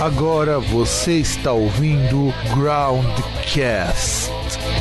Agora você está ouvindo Groundcast.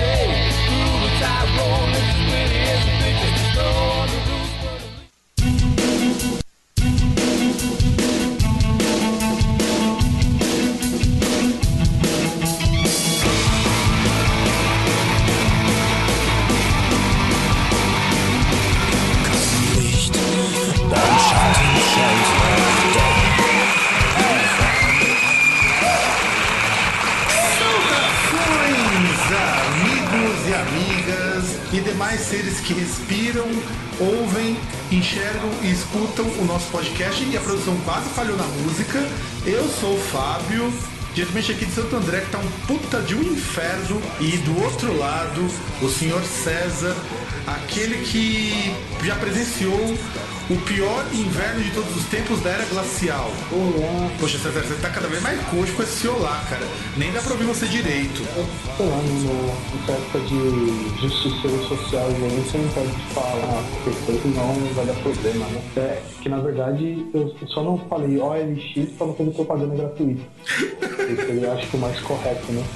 E demais seres que respiram, ouvem, enxergam e escutam o nosso podcast. E a produção quase falhou na música. Eu sou o Fábio, diretamente aqui de Santo André, que tá um puta de um inferno. E do outro lado, o senhor César, aquele que já presenciou o pior inverno de todos os tempos da era glacial. Olá. Poxa, César, você tá cada vez mais coxo com esse olá, cara. Nem dá pra ouvir você direito. Sei lá, nessa época de justiceiros sociais aí, você não pode falar qualquer coisa, não vai dar problema, né? É que, na verdade, eu só não falei OLX pra não fazer propaganda gratuita. Esse seria, acho que, o mais correto, né?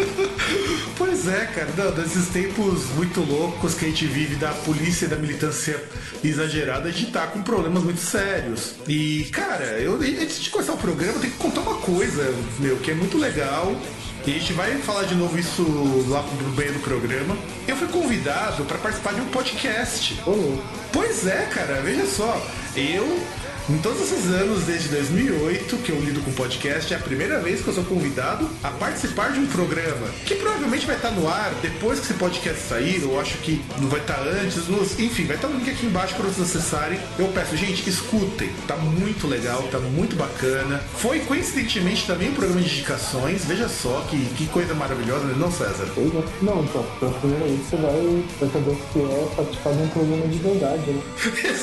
Pois é, cara, desses tempos muito loucos que a gente vive da polícia e da militância exagerada, a gente tá com problemas muito sérios. E, cara, antes de começar o programa, eu tenho que contar uma coisa, que é muito legal. E a gente vai falar de novo isso lá no meio do programa. Eu fui convidado para participar de um podcast. Pois é, cara, veja só. Em todos esses anos, desde 2008, que eu lido com podcast, é a primeira vez que eu sou convidado a participar de um programa que provavelmente vai estar no ar depois que esse podcast sair, ou acho que não vai estar antes, enfim, vai estar um link aqui embaixo para vocês acessarem. Eu peço, gente, escutem, tá muito legal, tá muito bacana. Foi coincidentemente também um programa de indicações, veja só que coisa maravilhosa, não, César? Não, então, pela primeira vez você vai saber o que é participar de um programa de verdade, né?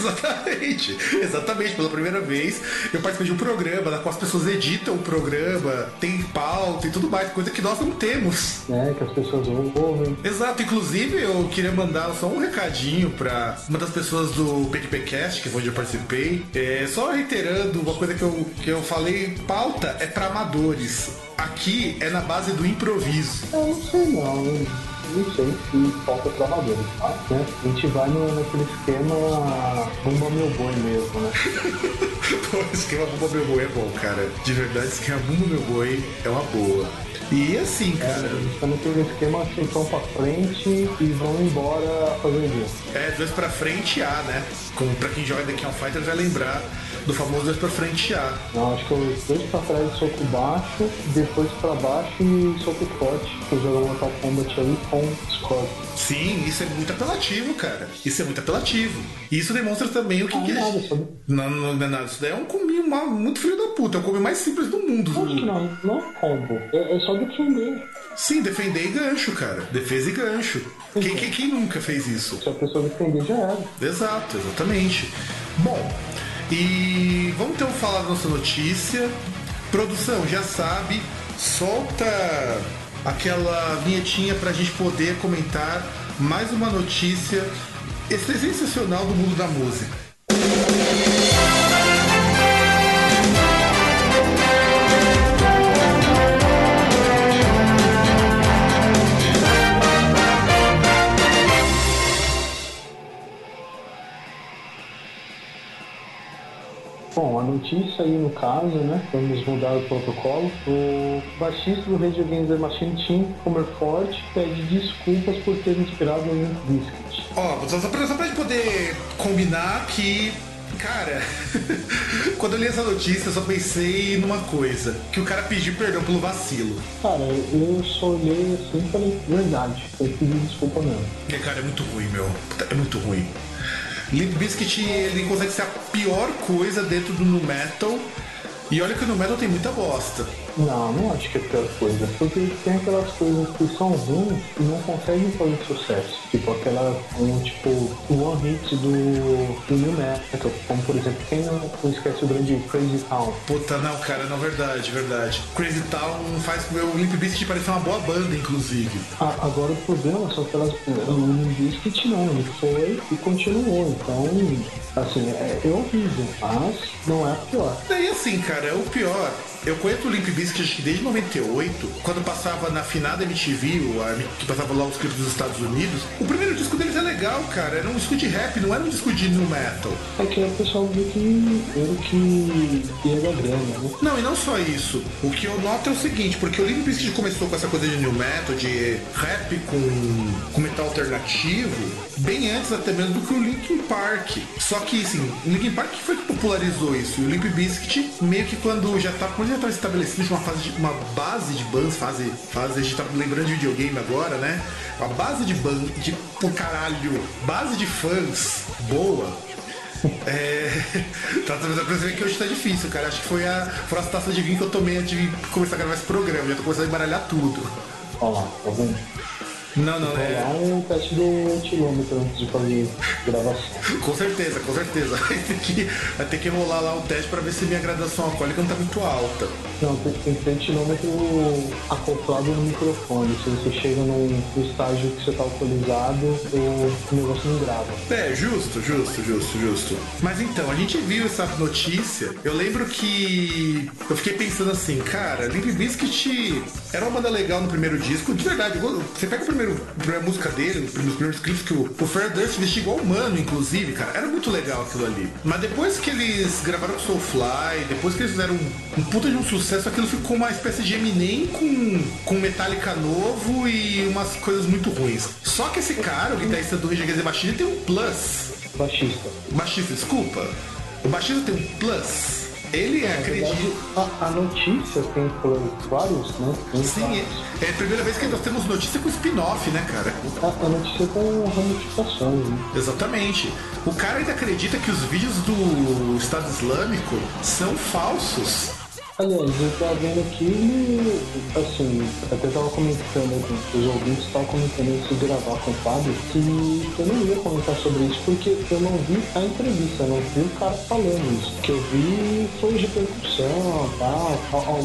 Exatamente, pela primeira vez eu participei de um programa na qual as pessoas editam o programa, tem pauta e tudo mais, coisa que nós não temos. É, que as pessoas ouvem. Exato, inclusive eu queria mandar só um recadinho pra uma das pessoas do PQPcast, que foi onde eu participei, só reiterando uma coisa que eu falei, pauta é pra amadores. Aqui é na base do improviso. Eu não sei não sei se falta para amadores, tá? Né? A gente vai naquele esquema Bumba Meu Boi mesmo, né? Pô, o esquema Bumba Meu Boi é bom, cara. De verdade, o esquema Bumba Meu Boi é uma boa. E assim, cara... A gente também tem um esquema chutão pra frente e vão embora fazer isso. 2 pra frente A, né? Como pra quem joga The King of Fighters vai lembrar do famoso 2 pra frente A. Não, acho que é os 2 pra trás e soco baixo, depois pra baixo e soco forte. Que joga Mortal Kombat aí com Scorpion. Sim, isso é muito apelativo, cara. Isso é muito apelativo. E isso demonstra também o que é. Nada, sabe? Não é nada. Isso daí é um combinho muito filho da puta. É o combo mais simples do mundo. Acho que não é combo. É só defender. Sim, defender e gancho, cara. Defesa e gancho. Quem nunca fez isso? Se a pessoa defender, já era. Exato, exatamente. Bom, e vamos então falar da nossa notícia. Produção, já sabe, solta aquela vinhetinha pra gente poder comentar mais uma notícia sensacional do mundo da música. Bom, a notícia aí no caso, né, vamos mudar o protocolo. O baixista do Rage Against the Machine, Tim Commerford, pede desculpas por ter inspirado o Limp Bizkit. Só pra gente poder combinar que, cara, quando eu li essa notícia eu só pensei numa coisa, que o cara pediu perdão pelo vacilo. Cara, eu só olhei assim e falei, verdade, eu pedi desculpa mesmo. Cara, é muito ruim, meu. É muito ruim. Limp Bizkit, ele consegue ser a pior coisa dentro do nu metal. E olha que o nu metal tem muita bosta. Não acho que é a pior coisa. Porque tem aquelas coisas que são ruins e não conseguem fazer sucesso. Tipo tipo, o One Hit do New Metal. Como, por exemplo, quem não esquece o grande Crazy Town? Puta, não, cara, não, verdade. Crazy Town faz com o Limp Bizkit parecer uma boa banda, inclusive. Agora o problema são aquelas... O Limp Bizkit não, ele foi e continuou. Então, assim, é horrível, mas não é a pior. Daí assim, cara, o pior... Eu conheço o Limp Bizkit acho que desde 98, quando passava na finada MTV, que passava lá os clipes dos Estados Unidos. O primeiro disco deles é legal, cara. Era um disco de rap, não era um disco de nu metal. É que o pessoal viu que ia dar grana, né? Não, e não só isso. O que eu noto é o seguinte, porque o Limp Bizkit começou com essa coisa de nu metal, de rap com metal alternativo, bem antes até mesmo do que o Linkin Park. Só que, assim, o Linkin Park foi que popularizou isso. E o Limp Bizkit, meio que quando já estava estabelecido uma base de bands, a gente tá lembrando de videogame agora, né? Uma base de band, base de fãs boa. Tá percebendo que hoje tá difícil, cara. Acho que foram as taças de vinho que eu tomei antes de começar a gravar esse programa. Já tô começando a embaralhar tudo. Olha lá, tá vendo? Não, é um teste do etilômetro antes de fazer gravação. Com certeza. Vai ter que rolar lá um teste pra ver se minha graduação alcoólica não tá muito alta. Não, tem que ter etilômetro acoplado no microfone. Se você chega no estágio que você tá alcoolizado, o negócio não grava. Justo. Mas então, a gente viu essa notícia. Eu lembro que eu fiquei pensando assim, cara, Limp Bizkit era uma banda legal no primeiro disco. De verdade, você pega a primeira música dele, os primeiros clipes que o Fred Durst vestia igual humano, inclusive, cara. Era muito legal aquilo ali. Mas depois que eles gravaram com Soulfly, depois que eles fizeram um puta de um sucesso, aquilo ficou uma espécie de Eminem com Metallica novo e umas coisas muito ruins. Só que esse cara, o guitarrista do Rage Against the Machine, tem um plus. Baixista, desculpa. O baixista tem um plus. Ele acredita. A notícia tem vários, né? Sim, é a primeira vez que nós temos notícia com spin-off, né, cara? A notícia com ramificações, né? Exatamente. O cara ainda acredita que os vídeos do Estado Islâmico são falsos. Aliás, eu tava vendo aqui, assim, até tava comentando com os ouvintes, tava comentando antes de gravar com o Fábio, que eu não ia comentar sobre isso porque eu não vi a entrevista, eu não vi o cara falando isso. O que eu vi foi de repercussão, tá?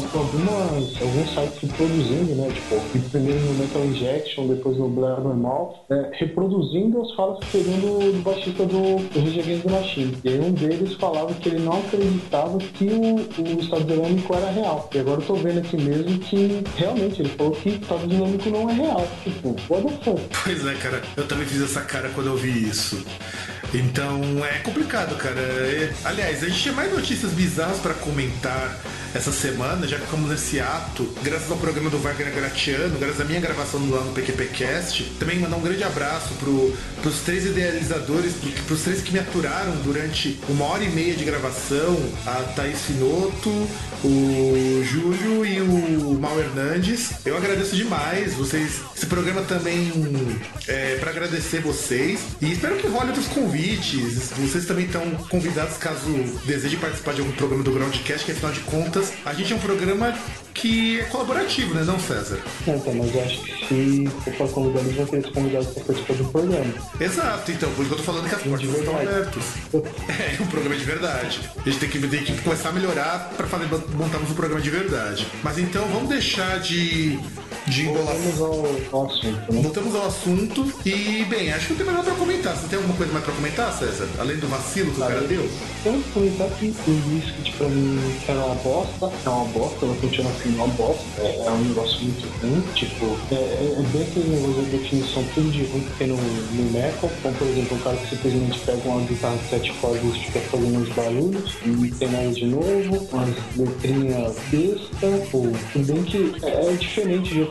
Alguns sites reproduzindo, né? Tipo, primeiro no Metal Injection, depois no Blabbermouth, reproduzindo as falas que teriam do baixista do Rage Against the Machine. E aí um deles falava que ele não acreditava que o Estado Islâmico era real. E agora eu tô vendo aqui mesmo que realmente ele falou que o Estado Islâmico não é real. Tipo, what the fuck? Pois é, cara. Eu também fiz essa cara quando eu vi isso. Então é complicado, cara. Aliás, a gente tinha mais notícias bizarras pra comentar essa semana, já que ficamos nesse ato, graças ao programa do Wagner Gratiano, graças à minha gravação lá no PQPcast. Também mandar um grande abraço pros 3 idealizadores, pros 3 que me aturaram durante 1h30 de gravação, a Thaís Finoto, o Júlio e o Mal Hernandes. Eu agradeço demais vocês. Esse programa também é para agradecer vocês e espero que role outros convites. Vocês também estão convidados caso desejem participar de algum programa do Groundcast, que afinal de contas a gente é um programa que é colaborativo, né, não, César? Então, mas eu acho que se for para convidar, eles vão querer se convidados para participar do programa. Exato, então, por isso que eu tô falando que as portas estão abertas. É um programa de verdade. A gente tem que começar a melhorar para montarmos um programa de verdade. Mas então, vamos deixar de enrolar. Voltamos ao assunto, né? Voltamos ao assunto e, bem, acho que não tem mais nada pra comentar. Você tem alguma coisa mais pra comentar, César? Além do vacilo que o cara deu? Eu vou comentar que o Biscuit pra mim era uma bosta, ela continua sendo uma bosta, é um negócio muito ruim, tipo, é bem aquele negócio da definição tudo de ruim que tem no metal, como por exemplo, um cara que simplesmente pega uma guitarra de 7 cordas e fica fazendo uns barulhos, e não tem nada de novo, umas letrinhas besta, tudo bem que é diferente de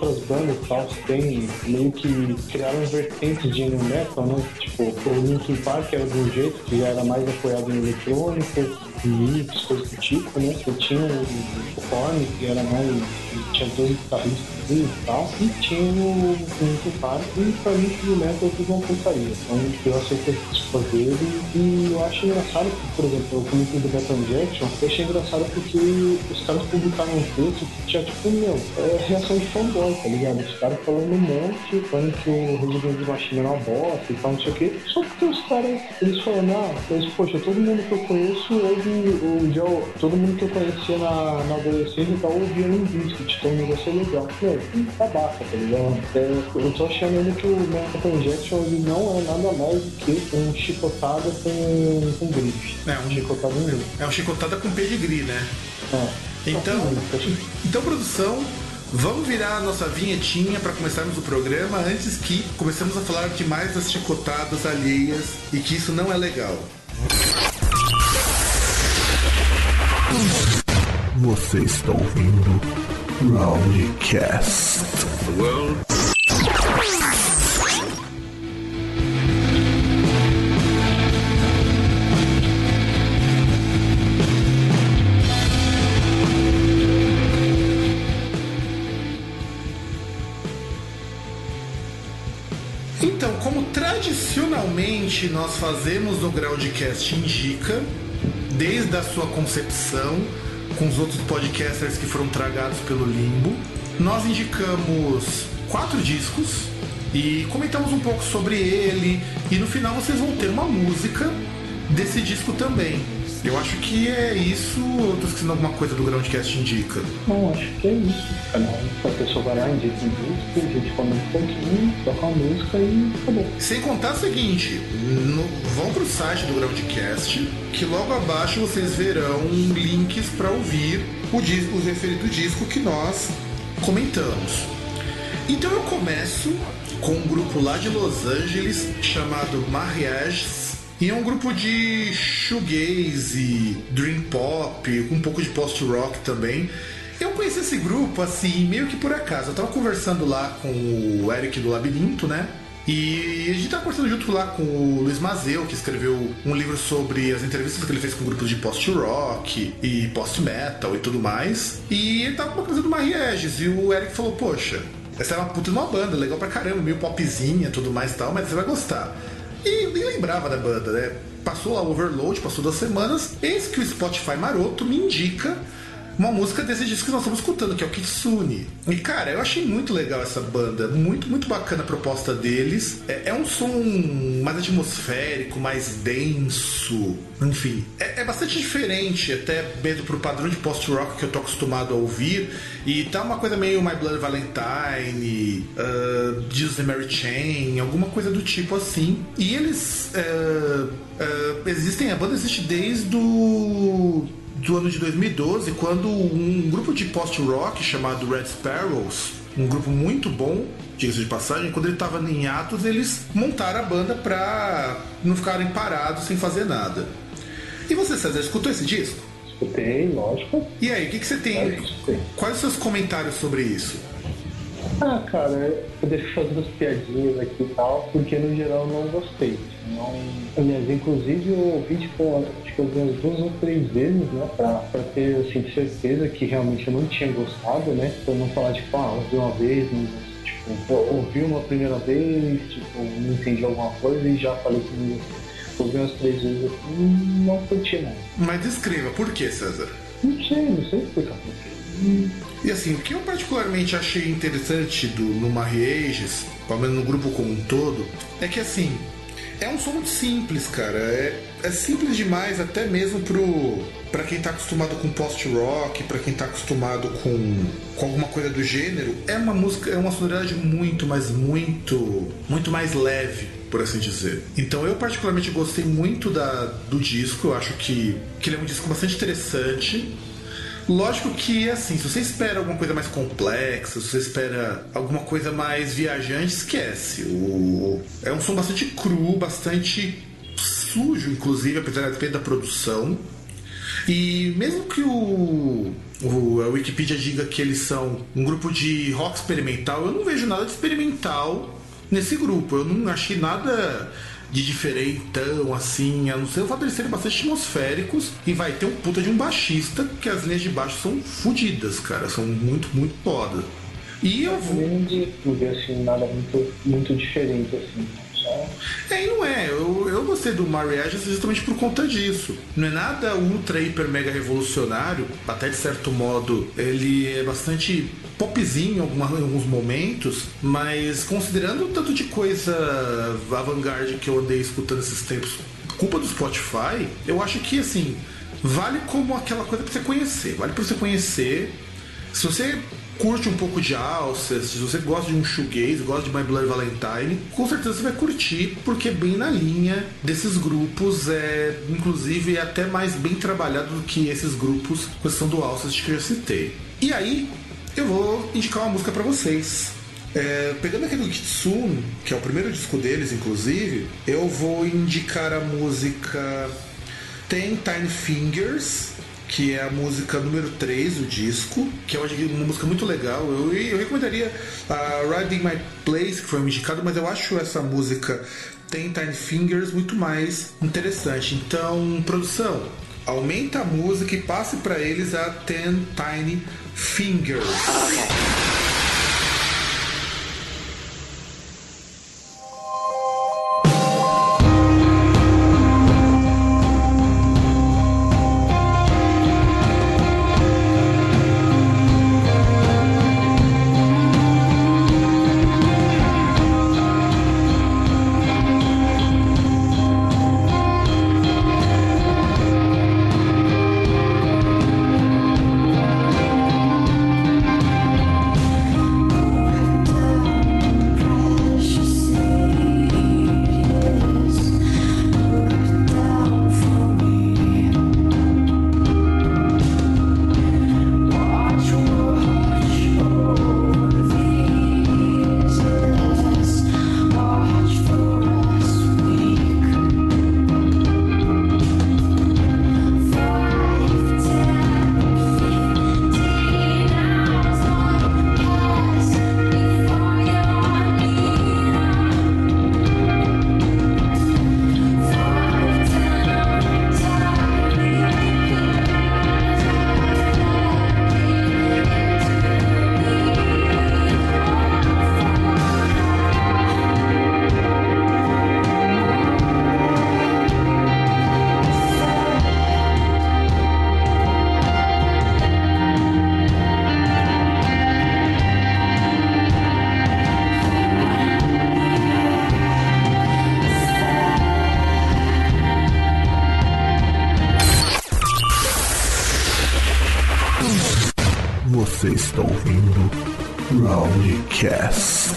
outras bandas e tal, tem meio que criaram vertentes de new metal, né? Tipo, o Linkin Park era de um jeito que já era mais apoiado em eletrônica, mix, coisas do tipo, né? Você tinha o Korn, que era mais... tinha dois guitarristas e tal, e tinha o Linkin Park, e pra mim o metal é tudo uma porcaria. Então eu aceitei as desculpas dele, e eu acho engraçado que, por exemplo, eu comentei do Metal Injection, eu achei engraçado porque os caras publicaram um texto que tinha tipo, reação de fanboy, tá ligado? Os caras falando um monte, falando que o Resident Evil Machine era uma bosta e tal, não sei o quê. Só porque os caras, eles falando, mas poxa, todo mundo que eu conheço ouve, todo mundo que eu conhecia na adolescência tá ouvindo um disco, então o negócio é legal. Babaca, tá ligado? Eu tô achando ainda que o Metal Injection ele não é nada mais do que um chicotada com grife. Chicotada em grife. É um chicotada com pedigree, né? É. Então, produção, vamos virar a nossa vinhetinha para começarmos o programa antes que comecemos a falar demais das chicotadas alheias e que isso não é legal. Você está ouvindo Groundcast. Então, como tradicionalmente nós fazemos no Groundcast Indica, desde a sua concepção, com os outros podcasters que foram tragados pelo limbo, nós indicamos 4 discos e comentamos um pouco sobre ele, e no final vocês vão ter uma música desse disco também. Eu acho que é isso, ou tô esquecendo alguma coisa do Groundcast Indica? Não, acho que é isso. A pessoa vai lá, indica um disco, a gente comenta um pouquinho, toca uma música e acabou. Sem contar o seguinte, vão pro site do Groundcast, que logo abaixo vocês verão links para ouvir o referido disco que nós comentamos. Então eu começo com um grupo lá de Los Angeles chamado Mariages. E é um grupo de shoegaze, dream pop, um pouco de post-rock também. Eu conheci esse grupo, assim, meio que por acaso. Eu tava conversando lá com o Eric do Labirinto, né? E a gente tava conversando junto lá com o Luiz Mazeu, que escreveu um livro sobre as entrevistas que ele fez com grupos de post-rock e post-metal e tudo mais. E ele tava conversando do Mariages, e o Eric falou, poxa, essa é uma puta de uma banda, legal pra caramba, meio popzinha e tudo mais e tal, mas você vai gostar. E nem lembrava da banda, né? Passou lá o Overload, passou 2 semanas. Eis que o Spotify maroto me indica uma música desse disco que nós estamos escutando, que é o Kitsune. E cara, eu achei muito legal essa banda. Muito, muito bacana a proposta deles. É um som mais atmosférico, mais denso. Enfim, é bastante diferente, até mesmo pro padrão de post-rock que eu tô acostumado a ouvir. E tá uma coisa meio My Bloody Valentine, Jesus and Mary Chain, alguma coisa do tipo assim. E eles existem, a banda existe desde do ano de 2012, quando um grupo de post-rock chamado Red Sparrows, um grupo muito bom, diga-se de passagem, quando ele estava em atos, eles montaram a banda pra não ficarem parados sem fazer nada. E você, César, escutou esse disco? Escutei, lógico. E aí, o que você tem? Quais os seus comentários sobre isso? Ah, cara, eu deixo fazer umas piadinhas aqui e tal, porque no geral eu não gostei. Aliás, inclusive eu ouvi, tipo, acho que eu vi umas 2 ou 3 vezes, né, pra ter, assim, certeza que realmente eu não tinha gostado, né, pra não falar, tipo, ouvi uma vez, tipo, ouvi uma primeira vez, tipo, não entendi alguma coisa e já falei que não gostei. Ouvi umas 3 vezes assim, não curti não. Mas descreva, por que, César? Não sei explicar por quê. E assim, o que eu particularmente achei interessante no Mariages, pelo menos no grupo como um todo, é que assim, é um som muito simples, cara. É simples demais, até mesmo pra quem tá acostumado com post-rock, pra quem tá acostumado com alguma coisa do gênero. É uma música, é uma sonoridade muito, mas muito mais leve, por assim dizer. Então eu particularmente gostei muito do disco. Eu acho que ele é um disco bastante interessante. Lógico que, assim, se você espera alguma coisa mais complexa, se você espera alguma coisa mais viajante, esquece. É um som bastante cru, bastante sujo, inclusive, apesar da produção. E mesmo que a Wikipedia diga que eles são um grupo de rock experimental, eu não vejo nada de experimental nesse grupo. Eu não achei nada de diferentão, assim, a não ser o fato de eles serem bastante atmosféricos. E vai ter um puta de um baixista, que as linhas de baixo são fodidas, cara, são muito, muito foda. E eu vou... Não vi assim, nada muito diferente, assim. E não é, eu gostei do Mariage justamente por conta disso. Não é nada ultra, hiper, mega revolucionário. Até de certo modo ele é bastante popzinho em alguns momentos, mas considerando o tanto de coisa avant-garde que eu andei escutando esses tempos, culpa do Spotify, eu acho que assim, vale como aquela coisa pra você conhecer. Vale pra você conhecer. Se você curte um pouco de Alcest, se você gosta de um shoegaze, gosta de My Bloody Valentine, com certeza você vai curtir, porque é bem na linha desses grupos, inclusive é até mais bem trabalhado do que esses grupos, questão do Alcest que eu já citei. E aí, eu vou indicar uma música pra vocês. Pegando aqui do Kitsune, que é o primeiro disco deles, inclusive, eu vou indicar a música Ten Tiny Fingers, que é a música número 3 do disco, que eu acho uma música muito legal. Eu recomendaria a Riding My Place, que foi indicado, mas eu acho essa música Ten Tiny Fingers muito mais interessante. Então, produção, aumenta a música e passe para eles a Ten Tiny Fingers. Você está ouvindo Roundcast.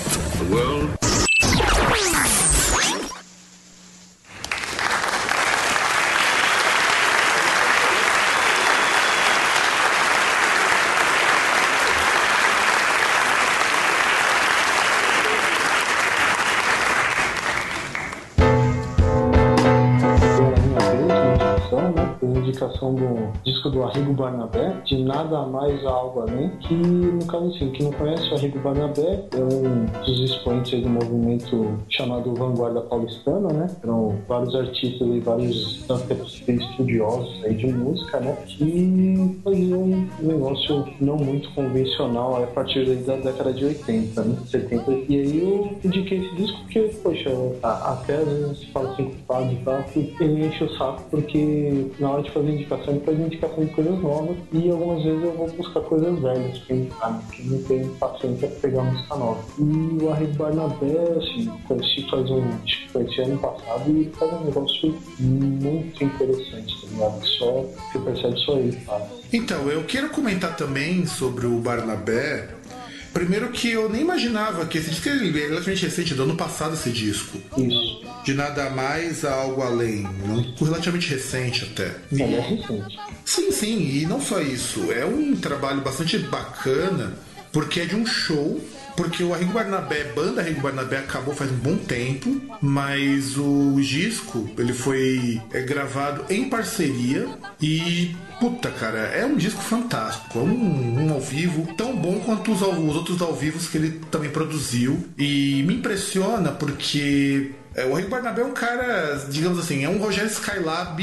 Indicação do disco do Arrigo Barnabé, de Nada Mais a Algo Além, que no caso assim, quem não conhece o Arrigo Barnabé é um dos expoentes aí do movimento chamado Vanguarda Paulistana, né? Eram vários artistas e vários estudiosos aí de música, né? Que faziam um negócio não muito convencional a partir da década de 80, né? 70. E aí eu indiquei esse disco porque, poxa, até às vezes se fala assim culpado e tal, que ele enche o saco porque na hora de fazer indicação, ele faz indicação de coisas novas e algumas vezes eu vou buscar coisas velhas pra indicar, né? Porque não tenho paciência pra pegar música nova. E o Arrigo Barnabé, assim, conheci faz acho que foi esse ano passado e faz um negócio muito interessante, tá ligado? Que só você percebe só ele, tá? Então, eu quero comentar também sobre o Barnabé. Primeiro que eu nem imaginava que esse disco é relativamente recente, do ano passado esse disco. Isso. De Nada Mais a Algo Além. Relativamente recente até. Ele é recente. Sim, e não só isso. É um trabalho bastante bacana, porque é de um show. Porque o Arrigo Barnabé, banda Arrigo Barnabé, acabou faz um bom tempo, mas o disco, ele foi gravado em parceria e, puta, cara, é um disco fantástico, é um ao vivo tão bom quanto os outros ao vivo que ele também produziu, e me impressiona porque o Arrigo Barnabé é um cara, digamos assim, é um Rogério Skylab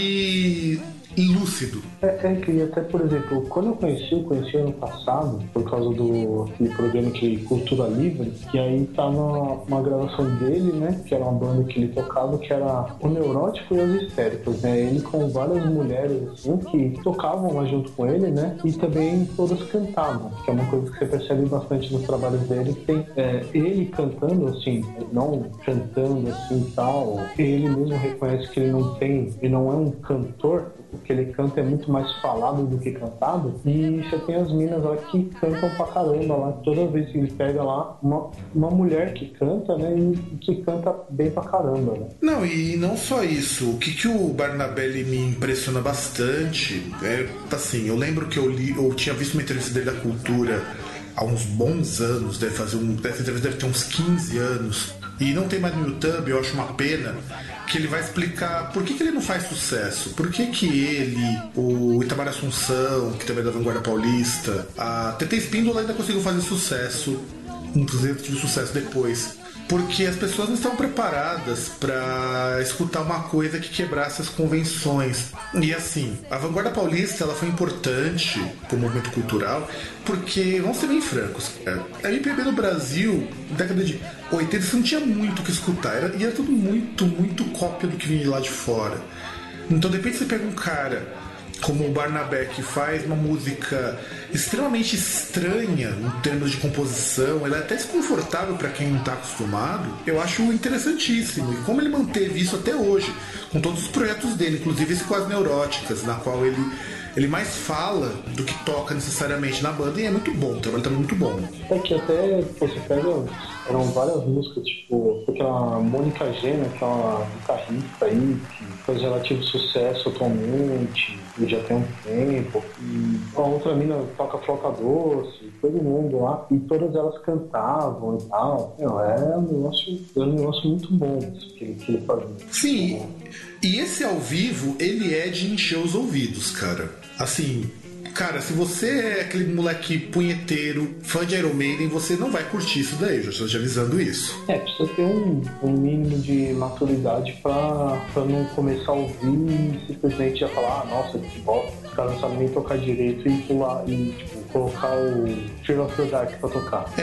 lúcido. É que até, por exemplo, quando eu conheci ano passado, por causa do programa de Cultura Livre, que aí tava uma gravação dele, né, que era uma banda que ele tocava, que era o Neurótico e os Histéricos, né, ele com várias mulheres, assim, que tocavam lá junto com ele, né, e também todas cantavam, que é uma coisa que você percebe bastante nos trabalhos dele, tem ele cantando, assim, não cantando assim e tal, ele mesmo reconhece que ele não é um cantor, o que ele canta é muito mais falado do que cantado, e você tem as minas lá que cantam pra caramba lá, toda vez que ele pega lá uma mulher que canta, né, e que canta bem pra caramba, né? Não, e não só isso, o que o Barnabé me impressiona bastante é, assim, eu lembro que eu tinha visto uma entrevista dele da Cultura há uns bons anos, essa entrevista deve ter uns 15 anos, e não tem mais no YouTube, eu acho uma pena, que ele vai explicar por que ele não faz sucesso, por que ele, o Itamar Assunção, que também é da Vanguarda Paulista, a TT Espíndola ainda conseguiu fazer sucesso, inclusive tive sucesso depois, porque as pessoas não estão preparadas para escutar uma coisa que quebrasse as convenções. E assim, a Vanguarda Paulista ela foi importante como movimento cultural, porque, vamos ser bem francos, a MPB no Brasil, na década de 80, você não tinha muito o que escutar, e era tudo muito, muito cópia do que vinha de lá de fora. Então, de repente, você pega um cara como o Barnabé, que faz uma música extremamente estranha em termos de composição, ela é até desconfortável para quem não está acostumado, eu acho interessantíssimo. E como ele manteve isso até hoje, com todos os projetos dele, inclusive esse com as Neuróticas, na qual ele mais fala do que toca necessariamente na banda, e é muito bom, o trabalho também é muito bom. É que até você pega, eram várias músicas, tipo, aquela Mônica Gena, aquela guitarrista aí, que faz relativo sucesso atualmente, e já tem um tempo, e a outra mina toca flauta doce, todo mundo lá, e todas elas cantavam e tal. É um negócio muito bom que ele fazia. Sim, e esse ao vivo, ele é de encher os ouvidos, cara. Assim, cara, se você é aquele moleque punheteiro, fã de Iron Maiden, você não vai curtir isso daí, eu já estou te avisando isso. Precisa ter um mínimo de maturidade pra não começar a ouvir e simplesmente já falar, nossa, que bosta, os caras não sabem nem tocar direito e pular e, tipo, colocar o Fear of the Dark pra tocar.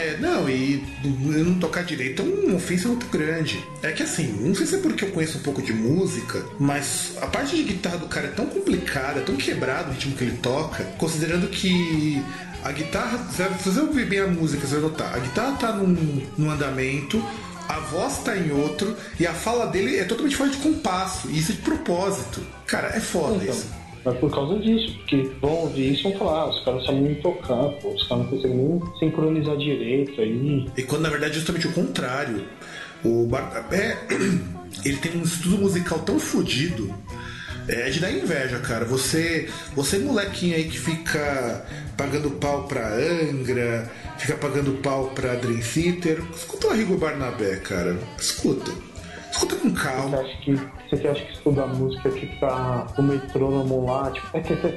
E não tocar direito é uma ofensa muito grande. É que assim, não sei se é porque eu conheço um pouco de música, mas a parte de guitarra do cara é tão complicada, é tão quebrado o ritmo que ele toca, considerando que a guitarra, se você ouvir bem a música, você vai notar, a guitarra tá num andamento, a voz tá em outro, e a fala dele é totalmente fora de compasso, e isso é de propósito. Cara, é foda então, isso. É por causa disso, porque vão ouvir isso e vão falar, os caras sabem nem tocar, pô, os caras não conseguem nem sincronizar direito aí. E quando na verdade é justamente o contrário. O Barnabé, ele tem um estudo musical tão fodido, é de dar inveja, cara. Você molequinho aí que fica pagando pau pra Angra, fica pagando pau pra Dream Theater, escuta o Arrigo Barnabé, cara. Escuta com calma. Você que acha que estudar música que tá o metrônomo lá, tipo,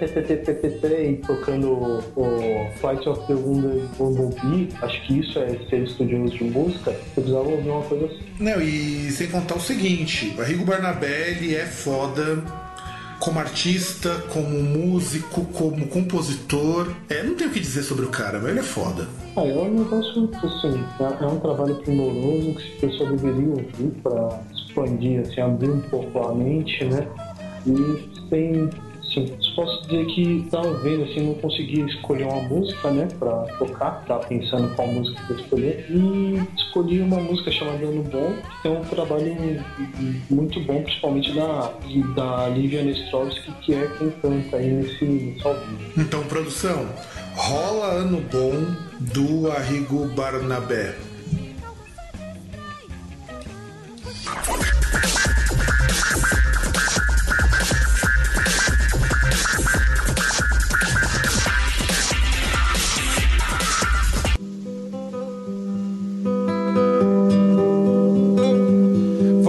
e tocando o Flight of the Bumblebee, acho que isso é ser estudioso de música, você precisava ouvir uma coisa assim. Não, e sem contar o seguinte, o Arrigo Barnabé, ele é foda como artista, como músico, como compositor. Não tenho o que dizer sobre o cara, mas ele é foda. É um negócio, assim, é um trabalho primoroso que as pessoas deveriam ouvir pra expandir, assim, abrir um pouco a mente, né? E tem, assim, posso dizer que talvez, assim, não consegui escolher uma música, né, pra tocar, tava pensando qual música pra escolher, e escolhi uma música chamada Ano Bom, que tem um trabalho muito bom, principalmente da Lívia Nestrovski, que é quem canta aí nesse ao vivo. Então, produção, rola Ano Bom do Arrigo Barnabé.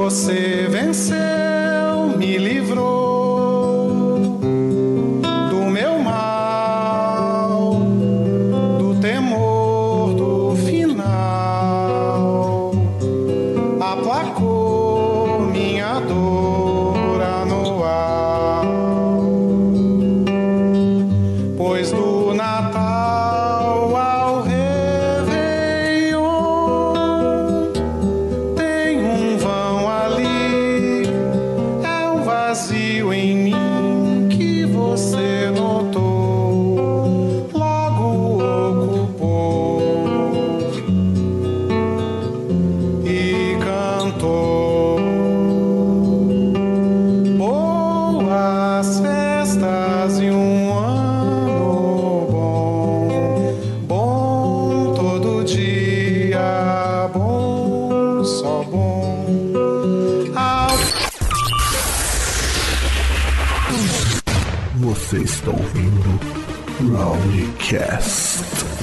você venceu, me livrou do meu mal, do temor do final, aplacou minha dor anual, pois do Natal ao Réveillon tem um vão ali, é um vazio em mim que você notou, logo ocupou e cantou. Boas festas e um ano bom, bom todo dia, bom, só bom. Você está ouvindo Roundcast.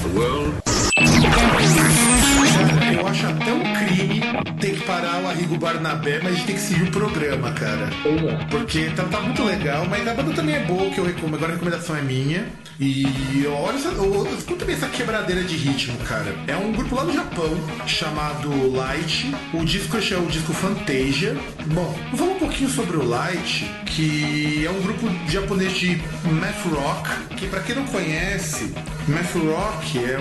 Cara, eu acho até um crime ter que parar o Arrigo Barnabé, mas a gente tem que seguir o programa, cara. Pois é. Porque tá muito legal, mas a banda também é boa, que eu recomendo. Agora a recomendação é minha. E olha, escuta bem essa quebradeira de ritmo, cara. É um grupo lá do Japão chamado Light. O disco é o disco Fantasia. Bom, vou falar um pouquinho sobre o Light, que é um grupo japonês de math rock. Que pra quem não conhece, math rock é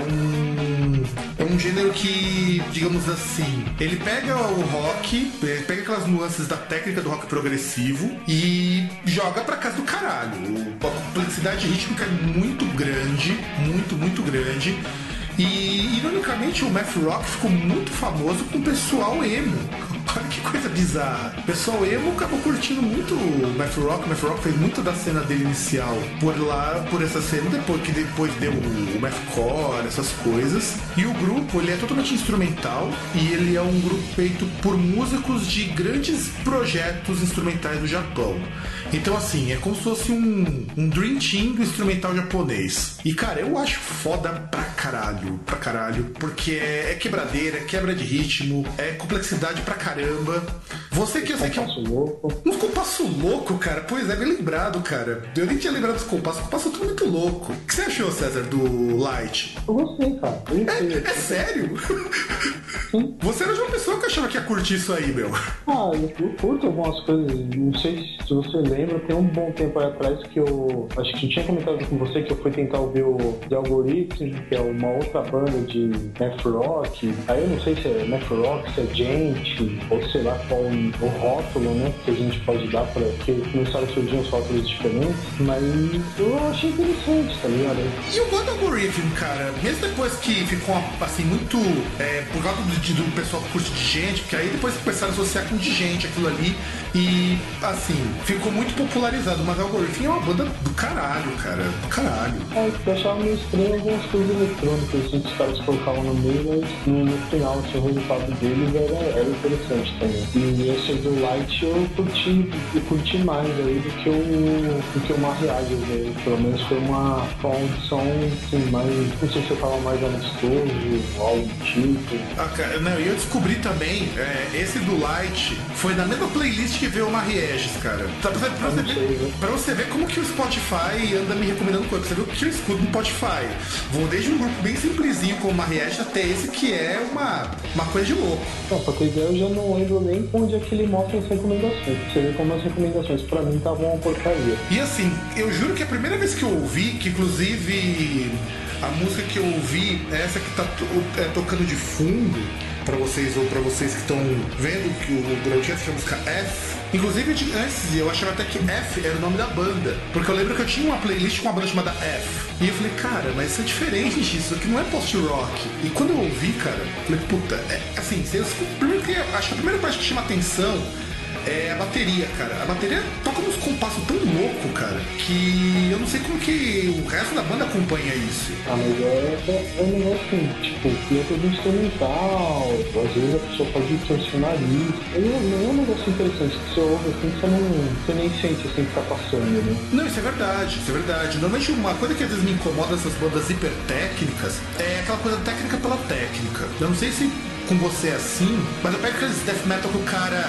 um gênero que, digamos assim, ele pega o rock, ele pega aquelas nuances da técnica do rock progressivo e joga pra casa do caralho. A complexidade rítmica é muito grande, muito grande. E, ironicamente, o math rock ficou muito famoso com o pessoal emo. Olha que coisa bizarra. O pessoal emo acabou curtindo muito o math rock. O math rock fez muito da cena dele inicial por lá, por essa cena, depois deu o mathcore, essas coisas. E o grupo, ele é totalmente instrumental e ele é um grupo feito por músicos de grandes projetos instrumentais do Japão. Então, assim, é como se fosse um Dream Team do instrumental japonês. E, cara, eu acho foda pra caralho, porque é quebradeira, é quebra de ritmo, é complexidade pra caramba. Você que eu sei que é um compasso louco, cara. Pois é, bem lembrado, cara. Eu nem tinha lembrado dos compassos. O compasso é tudo muito louco. O que você achou, César, do Light? Eu gostei, cara. É sério? Sim. Você era de uma pessoa que achava que ia curtir isso aí, meu. Ah, eu curto algumas coisas. Não sei se você lembra, tem um bom tempo aí atrás que eu acho que eu tinha comentado com você que eu fui tentar ouvir o The Algorithm, que é uma outra banda de math rock. Aí eu não sei se é math rock, se é gente, ou sei lá qual o rótulo, né, que a gente pode dar para que começaram a surgir uns rótulos diferentes, mas eu achei interessante, tá ligado? E o God Algorithm, cara, mesmo depois que ficou assim muito por causa do pessoal que curte de gente, porque aí depois começaram a associar com de gente aquilo ali e assim, ficou muito popularizado, mas o Algorithm é uma banda do caralho, cara, do caralho. Eu achava meio estranho algumas coisas eletrônicas assim, que os caras colocavam no meio, mas no final assim, o resultado deles era interessante também. E esse do Light eu curti mais aí do que o Mariage, né? Pelo menos foi uma audição assim, mais, não sei se eu tava mais amistoso, algo do tipo. Ah, cara, não, e eu descobri também, esse do Light foi na mesma playlist que veio o Marieges, cara. Pra você ver como que o Spotify anda me recomendando coisa, pra você ver o que eu escuto no Spotify. Vou desde um grupo bem simplesinho como o Marieges até esse que é uma coisa de louco. Não, pra ter ideia, eu já não lembro nem onde é que ele mostra as recomendações. Você vê como as recomendações pra mim estavam uma porcaria. E assim, eu juro que a primeira vez que eu ouvi, que inclusive a música que eu ouvi é essa que tá tocando de fundo pra vocês, ou pra vocês que estão vendo que o broadcast é a música F. Inclusive, antes eu achava até que F era o nome da banda, porque eu lembro que eu tinha uma playlist com uma banda chamada F. E eu falei, cara, mas isso é diferente disso, isso aqui não é post-rock. E quando eu ouvi, cara, eu falei, puta, assim, primeiro que acho que a primeira parte que chama atenção é a bateria, cara. A bateria toca nos compassos tão louco, cara, que eu não sei como que o resto da banda acompanha isso. Ah, mas é um negócio assim, tipo, é tudo instrumental, às vezes a pessoa pode distorcionar isso. Não é um negócio interessante, que você ouve assim, você nem sente assim que tá passando, né? Não, isso é verdade, isso é verdade. Normalmente uma coisa que às vezes me incomoda nessas bandas hipertécnicas é aquela coisa técnica pela técnica. Eu não sei se com você é assim, mas eu pego aqueles death metal que o cara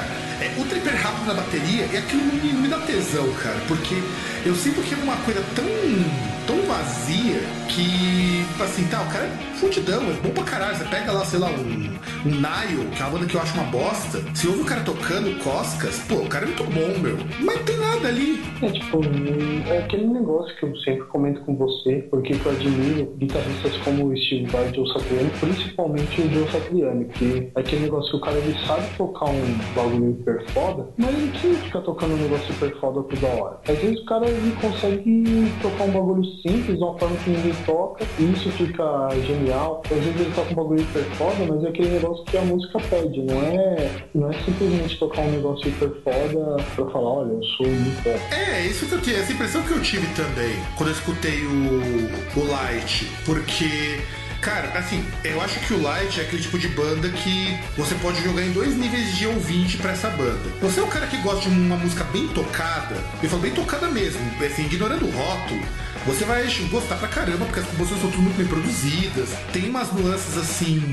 o hiper rápido na bateria e aquilo me dá tesão, cara, porque eu sinto que é uma coisa tão vazia que, assim, tá, o cara é fudidão, é bom pra caralho. Você pega lá, sei lá, um Nile, que é uma banda que eu acho uma bosta. Se ouve o cara tocando Coscas, pô, o cara é muito bom, meu. Mas não tem nada ali. É aquele negócio que eu sempre comento com você, porque eu admiro guitarristas como o Steve Vai e o Joe Satriani, principalmente o Joe Satriani, que é aquele negócio que o cara ele sabe tocar um bagulho hiper foda, mas ele não precisa ficar tocando um negócio hiper foda toda hora. Às vezes o cara ele consegue tocar um bagulho simples, de uma forma que ninguém toca, e isso fica genial. Às vezes ele toca um bagulho hiper foda, mas é aquele negócio que a música pede, não é simplesmente tocar um negócio hiper foda pra falar, olha, eu sou muito foda. Isso que eu tive, essa impressão que eu tive também, quando eu escutei o Light, porque... Cara, assim, eu acho que o Light é aquele tipo de banda que você pode jogar em 2 níveis de ouvinte pra essa banda. Você é o cara que gosta de uma música bem tocada, eu falo bem tocada mesmo, assim, ignorando o rótulo, você vai gostar pra caramba, porque as composições são tudo muito bem produzidas. Tem umas nuances, assim,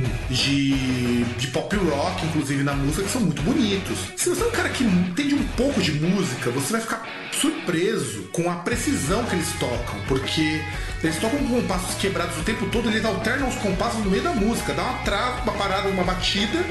de pop rock, inclusive, na música, que são muito bonitos. Se você é um cara que entende um pouco de música, você vai ficar surpreso com a precisão que eles tocam, porque eles tocam com compassos quebrados o tempo todo, eles alternam os compassos no meio da música, dá uma trava, uma parada, uma batida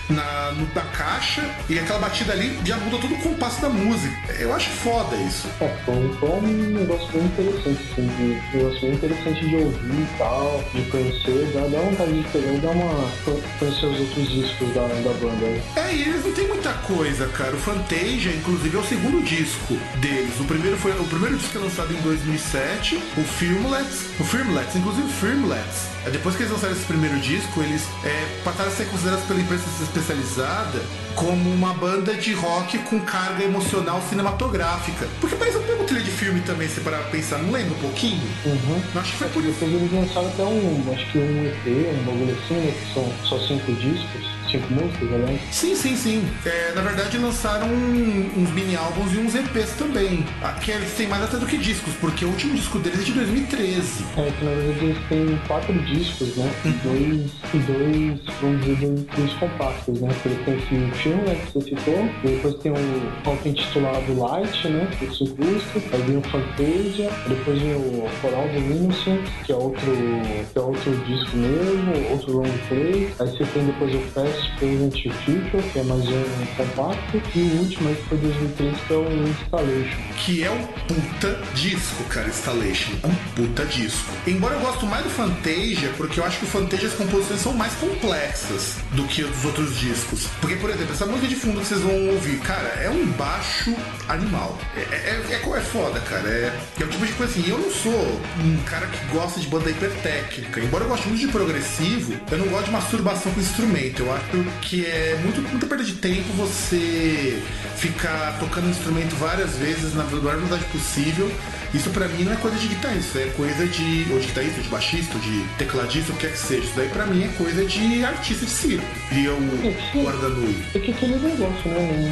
na caixa, e aquela batida ali já muda todo o compasso da música. Eu acho foda isso. Foi um negócio bem interessante, assim, um negócio bem interessante de ouvir e tal, de conhecer, dá vontade de pegar e dar uma... conhecer os outros discos da banda. Né? E eles não tem muita coisa, cara. O Fantasia, inclusive, é o segundo disco deles. O primeiro disco é lançado em 2007, o Firmlets, inclusive o Firmlets. Depois que eles lançaram esse primeiro disco, eles passaram a ser considerados pela imprensa especializada como uma banda de rock com carga emocional cinematográfica. Porque parece um pouco trilha de filme também, se parar pra pensar. Não lembra um pouquinho? Uhum. Acho que foi por isso. Depois eles lançaram até um EP, um bagulho assim, né? Que são só 5 discos. 5 músicas, né? Sim. Na verdade, lançaram uns mini-álbuns e uns EPs também. Que eles têm mais até do que discos, porque o último disco deles é de 2013. Que na verdade eles têm 4 discos, né? E dois, vamos dizer, dois compactos, né? Porque tem esse filme, né, que você citou, e depois tem o auto-intitulado Light, né? Que é 5 músicas, aí vem o Fantasia, depois vem o Coral do Innocent, que é outro disco mesmo, outro long play, aí você tem depois o Present Future, que é mais um compacto, e o último aí que foi 2003, que é o Installation. Que é um puta disco, cara, Installation. É um puta disco. Embora eu gosto mais do Fantasia, porque eu acho que o Fantasia as composições são mais complexas do que os outros discos. Porque, por exemplo, essa música de fundo que vocês vão ouvir, cara, é um baixo animal. É foda, cara. É o tipo de coisa assim, eu não sou um cara que gosta de banda hipertécnica. Embora eu goste muito de progressivo, eu não gosto de masturbação com instrumento. Eu acho que é muita perda de tempo você ficar tocando instrumento várias vezes na maior velocidade possível. Isso pra mim não é coisa de guitarrista, é coisa de guitarrista, de baixista, de tecladista, o que quer que seja. Isso daí pra mim é coisa de artista de circo. E o Guardanui. É que aquele negócio,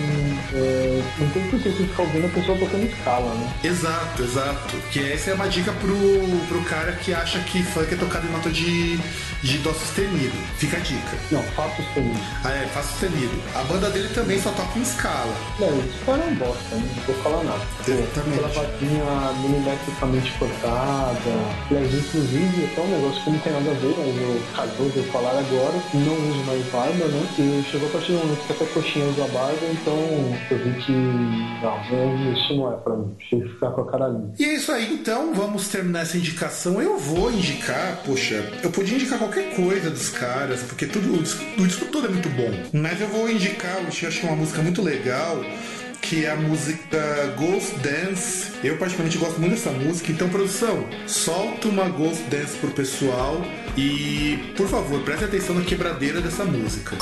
né? Não tem por que você ficar ouvindo a pessoa tocando escala, né? Exato. Que essa é uma dica pro cara que acha que funk é tocado em nota de dó sustenido. Fica a dica. Não, Fá sustenido. Fá sustenido. A banda dele também só toca em escala. Isso cara é um bosta, né? Não vou falar nada. Exatamente. Aquela batinha milimetricamente cortada. Aliás, inclusive, até um negócio que não tem nada a ver, mas eu casou de eu falar agora, não uso mais barba, né? E chegou a partir do momento que até coxinha usa barba, então eu vi que não, isso não é pra mim. Preciso ficar com a cara limpa. E é isso aí, então, vamos terminar essa indicação. Eu vou indicar, eu podia indicar qualquer coisa dos caras, porque o disco todo é muito bom. Mas eu vou indicar, eu acho que é uma música muito legal, que é a música Ghost Dance. Eu particularmente gosto muito dessa música. Então, produção, solta uma Ghost Dance pro pessoal e, por favor, preste atenção na quebradeira dessa música.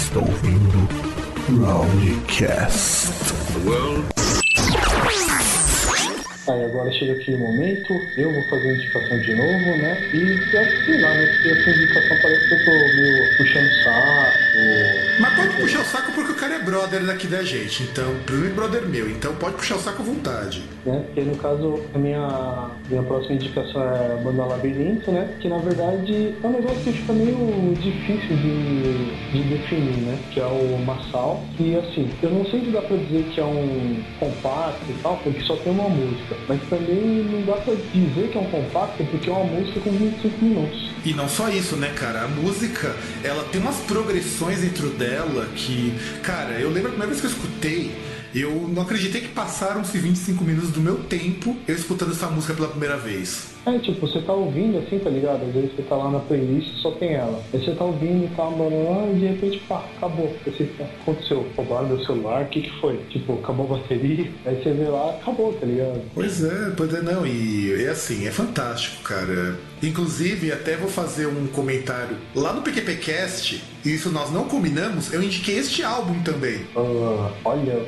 está ouvindo Roundcast. Aí agora chega aquele momento, eu vou fazer a indicação de novo, né? E eu acho que sei lá, né? Porque essa indicação parece que eu tô meio puxando saco. Mas pode puxar o saco porque o cara é brother daqui da gente, então, primeiro brother meu, então pode puxar o saco à vontade. Né? Porque no caso, a minha próxima indicação é a banda Labirinto, né? Que na verdade é um negócio que fica meio difícil de definir, né? Que é o Massal. E assim, eu não sei se dá pra dizer que é um compacto e tal, porque só tem uma música. Mas também não dá pra dizer que é um compacto porque é uma música com 25 minutos. E não só isso, né, cara? A música, ela tem umas progressões dentro dela que, cara, eu lembro a primeira vez que eu escutei, eu não acreditei que passaram-se 25 minutos do meu tempo eu escutando essa música pela primeira vez. É, tipo, você tá ouvindo assim, tá ligado? Às vezes você tá lá na playlist e só tem ela. Aí você tá ouvindo e tá e de repente, pá, acabou. Aí você, aconteceu, roubaram meu celular, o que foi? Tipo, acabou a bateria, aí você vê lá, acabou, tá ligado? Pois é, não, e é assim, é fantástico, cara. Inclusive, até vou fazer um comentário lá no PQPcast, e isso nós não combinamos, eu indiquei este álbum também. Olha,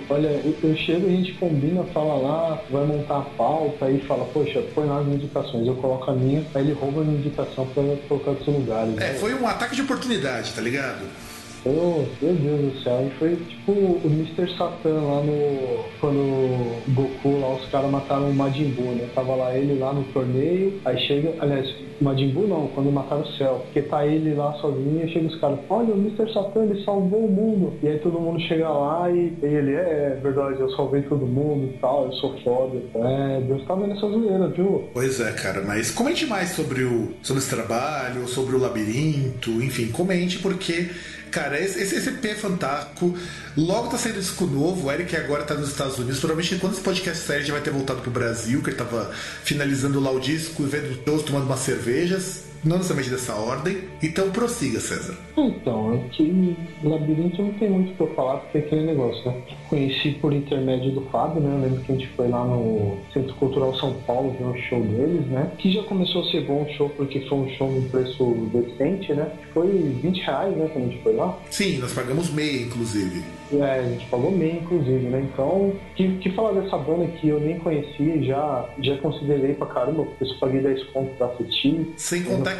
eu chego, a gente combina, fala lá, vai montar a pauta, aí fala, poxa, põe lá as indicações, eu coloco a minha, aí ele rouba a minha indicação pra colocar nos lugares. É, foi um ataque de oportunidade, tá ligado? Oh, meu Deus do céu, e foi tipo o Mr. Satan lá quando o Goku lá, os caras mataram o Majin Buu, né? Tava lá ele lá no torneio, aí chega, aliás, Majin Buu não, quando mataram o Cell, porque tá ele lá sozinho, e chega os caras, olha, o Mr. Satan, ele salvou o mundo. E aí todo mundo chega lá e ele, é verdade, eu salvei todo mundo e tal, eu sou foda. É, Deus tá vendo essa zoeira, viu? Pois é, cara, mas comente mais sobre esse trabalho, sobre o Labirinto, enfim, comente porque... Cara, esse EP é fantástico. Logo tá saindo disco novo. O Eric agora tá nos Estados Unidos. Provavelmente quando esse podcast sair já vai ter voltado pro Brasil, que ele tava finalizando lá o disco, vendo todos, tomando umas cervejas. Não necessariamente dessa ordem. Então prossiga, César. Então, é que Labirinto não tem muito o que eu falar, porque é aquele negócio, né? Conheci por intermédio do Fábio, né? Eu lembro que a gente foi lá no Centro Cultural São Paulo ver um show deles, né? Que já começou a ser bom o show, porque foi um show num preço decente, né? Foi R$20, né? Quando a gente foi lá. Sim, nós pagamos meia, inclusive. É, a gente pagou meia, inclusive, né? Então, que falar dessa banda que eu nem conhecia e já considerei pra caramba, porque eu só paguei 10 contos pra assistir. Sem contar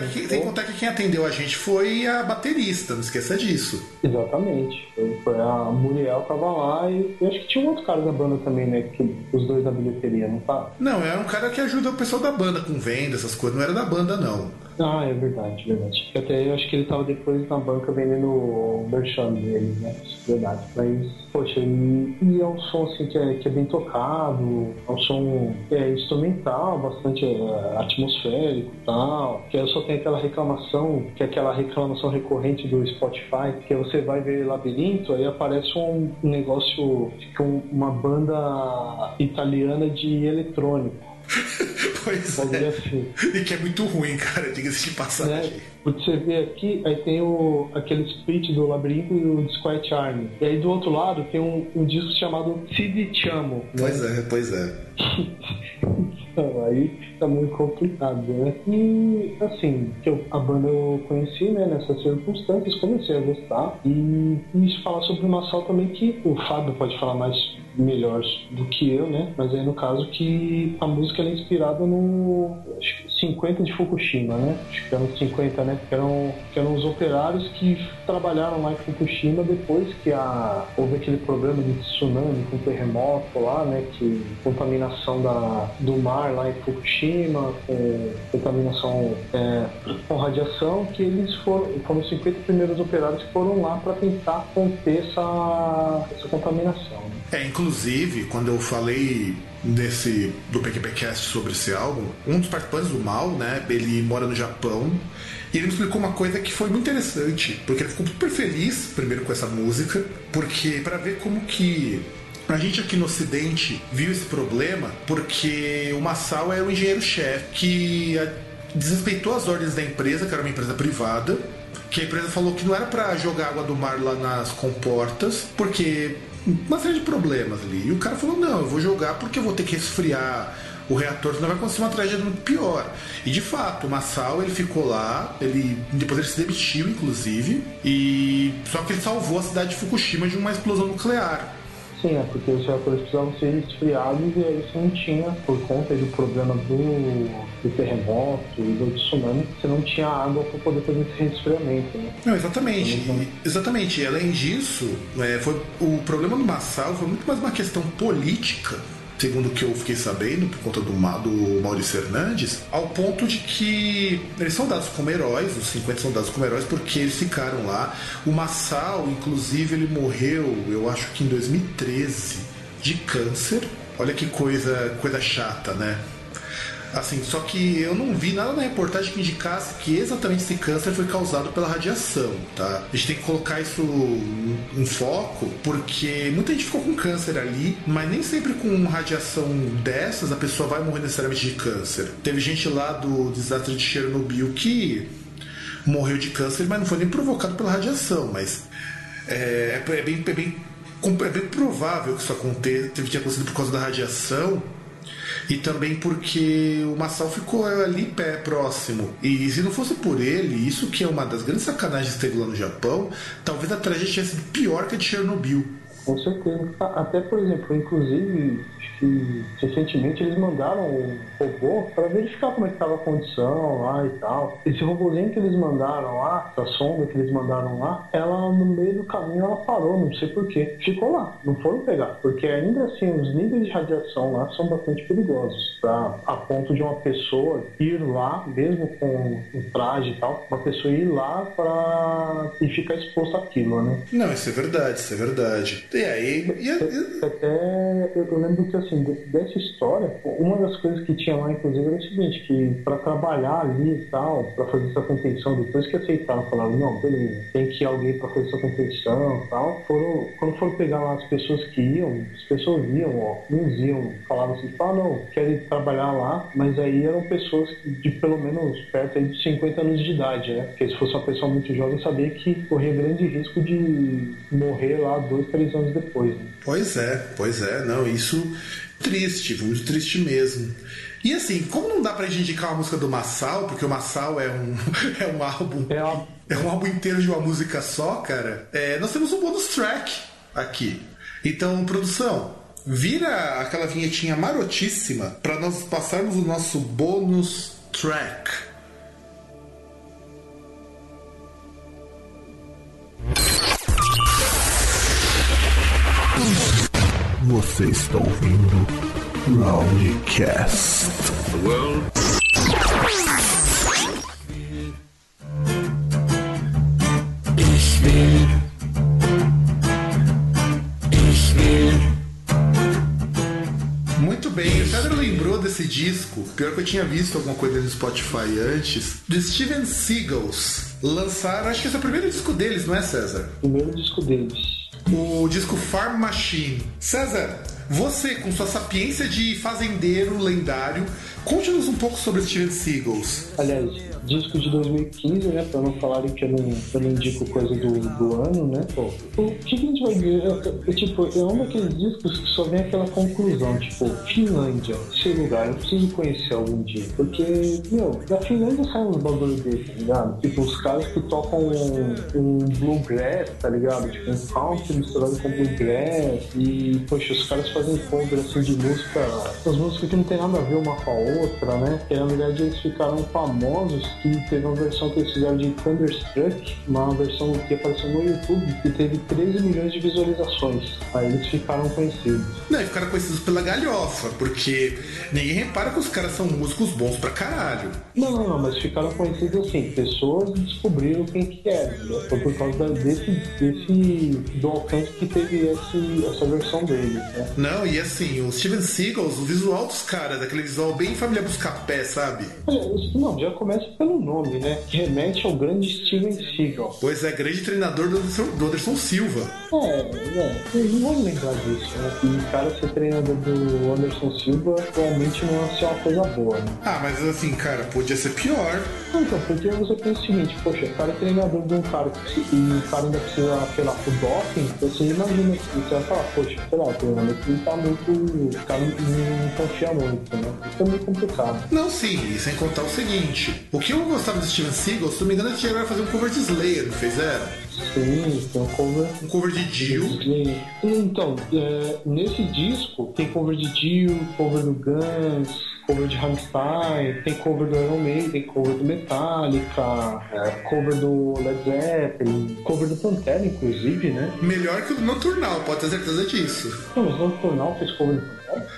que quem atendeu a gente foi a baterista, não esqueça disso. Exatamente. Foi a Muriel tava lá e eu acho que tinha um outro cara da banda também, né? Que os dois da bilheteria, não tá? Não, é um cara que ajuda o pessoal da banda com venda, essas coisas. Não era da banda, não. Ah, é verdade, verdade. Até eu acho que ele tava depois na banca vendendo o merchan dele, né? Isso é verdade. Mas, poxa, e é um som assim que é bem tocado, é um som instrumental, bastante atmosférico e tal. Que aí só tem aquela reclamação, que é aquela reclamação recorrente do Spotify, que você vai ver Labirinto, aí aparece um negócio, uma banda italiana de eletrônico. Pois é. Assim. E que é muito ruim, cara, diga-se de passagem. Porque você vê aqui, aí tem aquele split do Labirinto e o Disquiet Army. E aí do outro lado tem um disco chamado Se Ti Amo. Né? Pois é. Então, aí tá muito complicado, né? E assim, a banda eu conheci, né, nessas circunstâncias, comecei a gostar. E isso fala sobre uma sala também que o Fábio pode falar melhor do que eu, né? Mas aí no caso que a música é inspirada no 50 de Fukushima, né? Acho que eram 50, né? Que eram os operários que trabalharam lá em Fukushima depois que houve aquele problema de tsunami com terremoto lá, né? Que contaminação do mar lá em Fukushima, com contaminação com radiação, que eles foram os 50 primeiros operários que foram lá para tentar conter essa contaminação. Né? Inclusive, quando eu falei do PQPcast sobre esse álbum, um dos participantes do Mal, né, ele mora no Japão, e ele me explicou uma coisa que foi muito interessante, porque ele ficou super feliz, primeiro, com essa música, porque para ver como que a gente aqui no Ocidente viu esse problema, porque o Masao era o engenheiro-chefe que desrespeitou as ordens da empresa, que era uma empresa privada, que a empresa falou que não era para jogar água do mar lá nas comportas, porque uma série de problemas ali. E o cara falou, não, eu vou jogar porque eu vou ter que resfriar o reator, senão vai acontecer uma tragédia muito pior. E de fato, o Massawa, ele ficou lá, depois ele se demitiu, inclusive, só que ele salvou a cidade de Fukushima de uma explosão nuclear. Sim, porque os reatores precisavam ser esfriados e aí você não tinha, por conta do problema do terremoto e do tsunami, você não tinha água para poder fazer esse resfriamento, né? Não, exatamente. E além disso, o problema do Massawa foi muito mais uma questão política, segundo o que eu fiquei sabendo, por conta do Maurício Hernandes, ao ponto de que eles são dados como heróis, os 50 são dados como heróis, porque eles ficaram lá. O Massawa, inclusive, ele morreu, eu acho que em 2013, de câncer. Olha que coisa chata, né? Assim, só que eu não vi nada na reportagem que indicasse que exatamente esse câncer foi causado pela radiação, tá? A gente tem que colocar isso em foco, porque muita gente ficou com câncer ali, mas nem sempre com radiação dessas a pessoa vai morrer necessariamente de câncer. Teve gente lá do desastre de Chernobyl que morreu de câncer, mas não foi nem provocado pela radiação, mas é bem provável que isso tenha acontecido por causa da radiação. E também porque o Massawa ficou ali próximo. E se não fosse por ele, isso que é uma das grandes sacanagens que teve lá no Japão, talvez a tragédia tivesse sido pior que a de Chernobyl. Com certeza. Até, por exemplo, inclusive, acho que recentemente eles mandaram um robô para verificar como é que estava a condição lá e tal. Esse robôzinho que eles mandaram lá, essa sonda que eles mandaram lá, ela no meio do caminho ela parou, não sei porquê. Ficou lá, não foram pegar. Porque ainda assim, os níveis de radiação lá são bastante perigosos. A ponto de uma pessoa ir lá, mesmo com um traje e tal, uma pessoa ir lá e ficar exposta àquilo, né? Não, isso é verdade. E aí... Até eu lembro que, assim, dessa história, uma das coisas que tinha lá, inclusive, era o seguinte, que para trabalhar ali e tal, para fazer essa contenção, depois que aceitaram, falaram, não, beleza, tem que ir alguém para fazer essa contenção e tal, quando foram pegar lá as pessoas que iam, as pessoas iam, uns iam, falavam assim, não, querem trabalhar lá, mas aí eram pessoas de pelo menos perto aí de 50 anos de idade, né? Porque se fosse uma pessoa muito jovem, sabia que corria grande risco de morrer lá 2, 3 anos depois, né? Pois é, não, isso triste, muito triste mesmo. E assim, como não dá pra gente indicar uma música do Massawa, porque o Massawa é um álbum, é um álbum inteiro de uma música só, cara, nós temos um bonus track aqui. Então, produção, vira aquela vinhetinha marotíssima pra nós passarmos o nosso bonus track. Você está ouvindo Loudcast. Ich will. Muito bem, o César lembrou desse disco, pior que eu tinha visto alguma coisa no Spotify antes, de Steven Seagals. Lançaram, acho que esse é o primeiro disco deles, não é, César? Primeiro disco deles. O disco Farm Machine. César, você, com sua sapiência de fazendeiro lendário, conte-nos um pouco sobre Steven Seagals. Aliás, disco de 2015, né? Pra não falarem que eu não indico coisa do ano, né? Pô, o que a gente vai ver? É um daqueles discos que só vem aquela conclusão, tipo, Finlândia, esse lugar, eu preciso conhecer algum dia. Porque, da Finlândia sai uns bagulho desse, tá ligado? Tipo, os caras que tocam um bluegrass, tá ligado? Tipo, um country misturado com bluegrass. E, poxa, os caras fazem cover assim de música, as músicas que não tem nada a ver uma com a outra, né? E na verdade eles ficaram famosos, que teve uma versão que eles fizeram de Thunderstruck, uma versão que apareceu no YouTube, que teve 13 milhões de visualizações. Aí eles ficaram conhecidos. Não, e ficaram conhecidos pela galhofa, porque ninguém repara que os caras são músicos bons pra caralho. Não, mas ficaram conhecidos assim, pessoas descobriram quem que era, né? Foi por causa do alcance que teve essa versão dele, né? Não, e assim, o Steven Seagals, o visual dos caras, aquele visual bem família Buscapé, sabe? Não, já começa pelo nome, né? Que remete ao grande Steven Seagal. Pois é, grande treinador do Anderson Silva. Eu não vou lembrar disso, né? E o cara ser treinador do Anderson Silva realmente não é uma coisa boa, né? Ah, mas assim, cara, podia ser pior. Então, porque você pensa o seguinte, poxa, o cara é treinador de um cara e o cara ainda precisa apelar pro doping, você imagina, você vai falar, poxa, sei lá, o treinamento não tá muito. O cara não confia muito, né? Isso é muito complicado. Não, sim, e sem contar o seguinte: o que eu gostava do Steven Seagal, se não me engano, eles chegaram a fazer um cover de Slayer, não fizeram? Sim, tem um cover. Um cover de Dio. Então, nesse disco tem cover de Dio, cover do Guns, cover de Rammstein, tem cover do Iron Maiden, tem cover do Metallica, cover do Led Zeppelin, cover do Pantera, inclusive, né? Melhor que o do Nocturnal, pode ter certeza disso. Não, mas o Nocturnal fez cover do Pantera?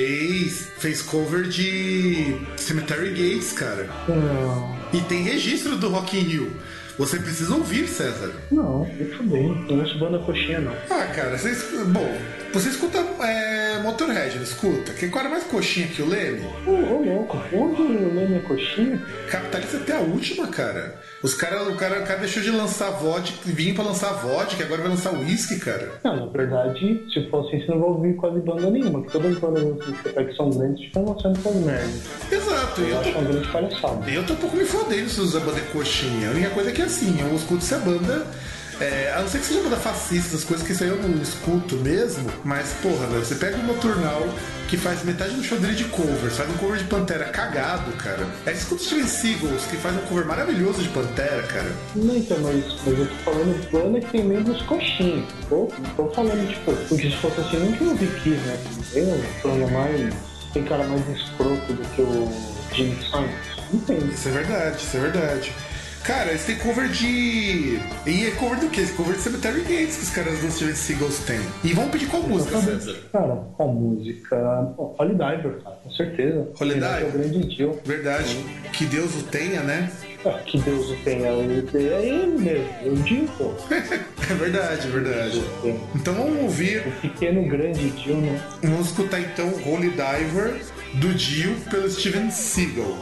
Fez cover de Cemetery Gates, cara. Não. E tem registro do Rock in Rio. Você precisa ouvir, César. Não, eu bem. Não ouço banda coxinha, não. Ah, cara, você escuta Motorhead, não escuta? Que cara é mais coxinha que o Leme? Ô, louco, onde o Leme é coxinha? Capitalista até a última, cara. O cara deixou de lançar vodka, vinho pra lançar vodka, agora vai lançar uísque, cara. Não, na verdade, se for assim, você não vai ouvir quase banda nenhuma, que todas as bandas que são grandes ficam lançando essas merdas. Exato. Eu acho uma grande palhaçada. Eu tô um pouco me fodendo se usa banda coxinha. A única coisa é que assim, eu escuto se a banda... a não ser que seja banda fascista, as coisas que isso aí eu não escuto mesmo, mas porra, velho, você pega o Nocturnal, que faz metade do show dele de covers, faz um cover de Pantera cagado, cara. Aí você escuta o Steven Seagal, que faz um cover maravilhoso de Pantera, cara. Não, então, mas eu tô falando banda que tem membros coxinha. Não tô falando, tipo, porque se fosse assim, não que eu vi aqui, né? Eu, falando mais, tem cara mais escroto do que o Jimmy Simons. Não tem. Isso é verdade. Cara, eles têm cover de... E é cover do quê? Esse cover de Cemetery Gates que os caras do Steven Seagal têm. E vamos pedir qual música, César? Cara, qual música? Holy Diver, cara, com certeza. Holy Diver? É o grande Dio. Verdade. Sim. Que Deus o tenha, né? Que Deus o tenha. É ele mesmo, eu digo, pô. É verdade. Então vamos ouvir... O pequeno grande Dio, né? Vamos escutar então Holy Diver do Dio pelo Steven Seagal.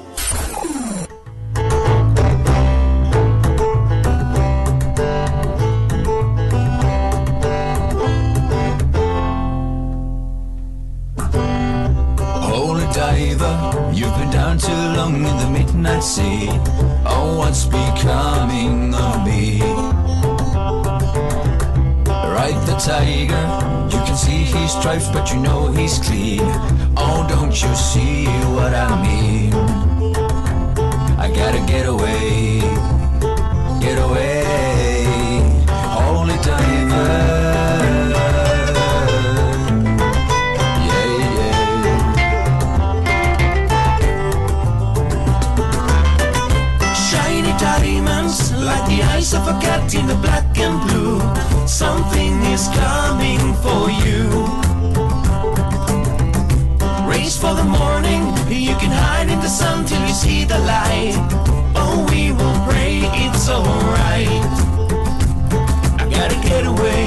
You've been down too long in the midnight sea. Oh, what's becoming of me? Right, the tiger, you can see his stripes, but you know he's clean. Oh, don't you see what I mean? I gotta get away, holy diver. Like the eyes of a cat in the black and blue. Something is coming for you. Race for the morning. You can hide in the sun till you see the light. Oh, we will pray it's alright. I gotta get away.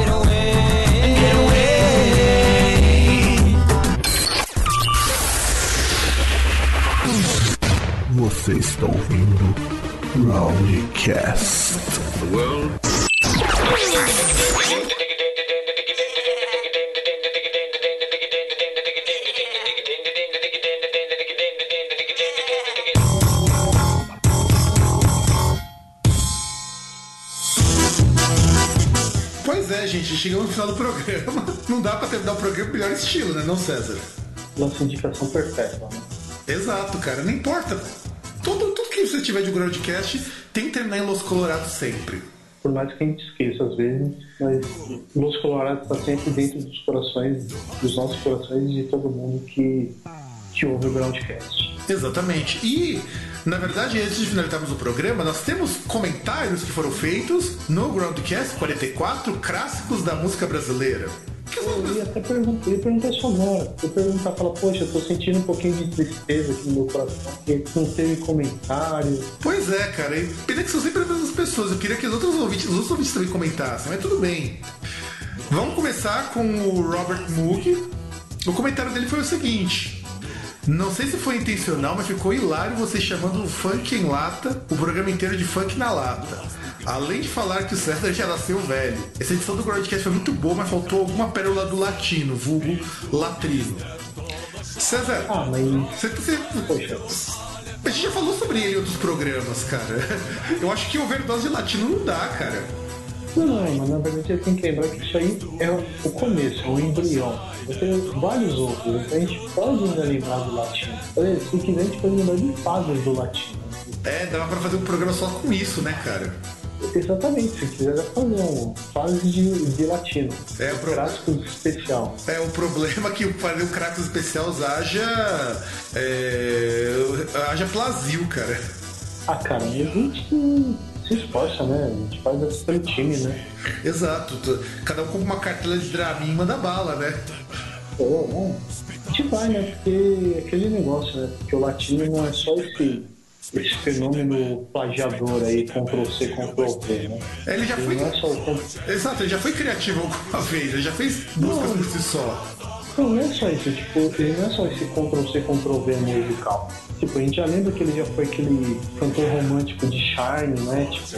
Você está ouvindo Roundcast. Pois é, gente, chegamos no final do programa. Não dá pra terminar o programa no melhor estilo, né, não, César? Nossa indicação perpétua, né? Exato, cara, não importa. Tudo que você tiver de Groundcast tem que terminar em Los Colorados sempre. Por mais que a gente esqueça às vezes, mas Los Colorados está sempre dentro dos corações, dos nossos corações e de todo mundo que ouve o Groundcast. Exatamente. E, na verdade, antes de finalizarmos o programa, nós temos comentários que foram feitos no Groundcast 44, clássicos da música brasileira. Eu ia até perguntar isso agora. Eu perguntar, falar, poxa, eu tô sentindo um pouquinho de tristeza aqui no meu coração, porque não teve comentário. Pois é, cara, e pena que são sempre as mesmas pessoas. Eu queria que os outros ouvintes também comentassem, mas tudo bem. Vamos começar com o Robert Moog. O comentário dele foi o seguinte: não sei se foi intencional, mas ficou hilário você chamando o funk em lata, o programa inteiro de funk na lata. Além de falar que o César já nasceu velho. Essa edição do Groundcast foi muito boa, mas faltou alguma pérola do latino, vulgo latrino. César, Poxa. A gente já falou sobre ele em outros programas, cara. Eu acho que overdose de latino não dá, cara. Não, mas na verdade você tem que lembrar que isso aí é o começo, é o embrião. Vai ter vários outros, então a gente pode ainda lembrar do latino. Se quiser, a gente pode lembrar de fases do latino. Dava pra fazer um programa só com isso, né, cara? Exatamente, se quiser fazer uma fase de latino. Cráticos especial. O problema é que fazer um Cráticos especial haja plasio, cara. Cara, mas a gente se esforça, né? A gente faz esse pelo time, né? Exato. Cada um com uma cartela de Dramin e manda bala, né? A gente vai, né? Porque aquele negócio, né? Porque o latino não é só esse fenômeno plagiador aí, Ctrl-C, Ctrl-V, né? Ele já foi... Não é só Exato, ele já foi criativo alguma vez, ele já fez músicas por si só. Não é só isso, tipo, ele não é só esse Ctrl-C, Ctrl-V musical. Tipo, a gente já lembra que ele já foi aquele cantor romântico de Charme, né? Tipo,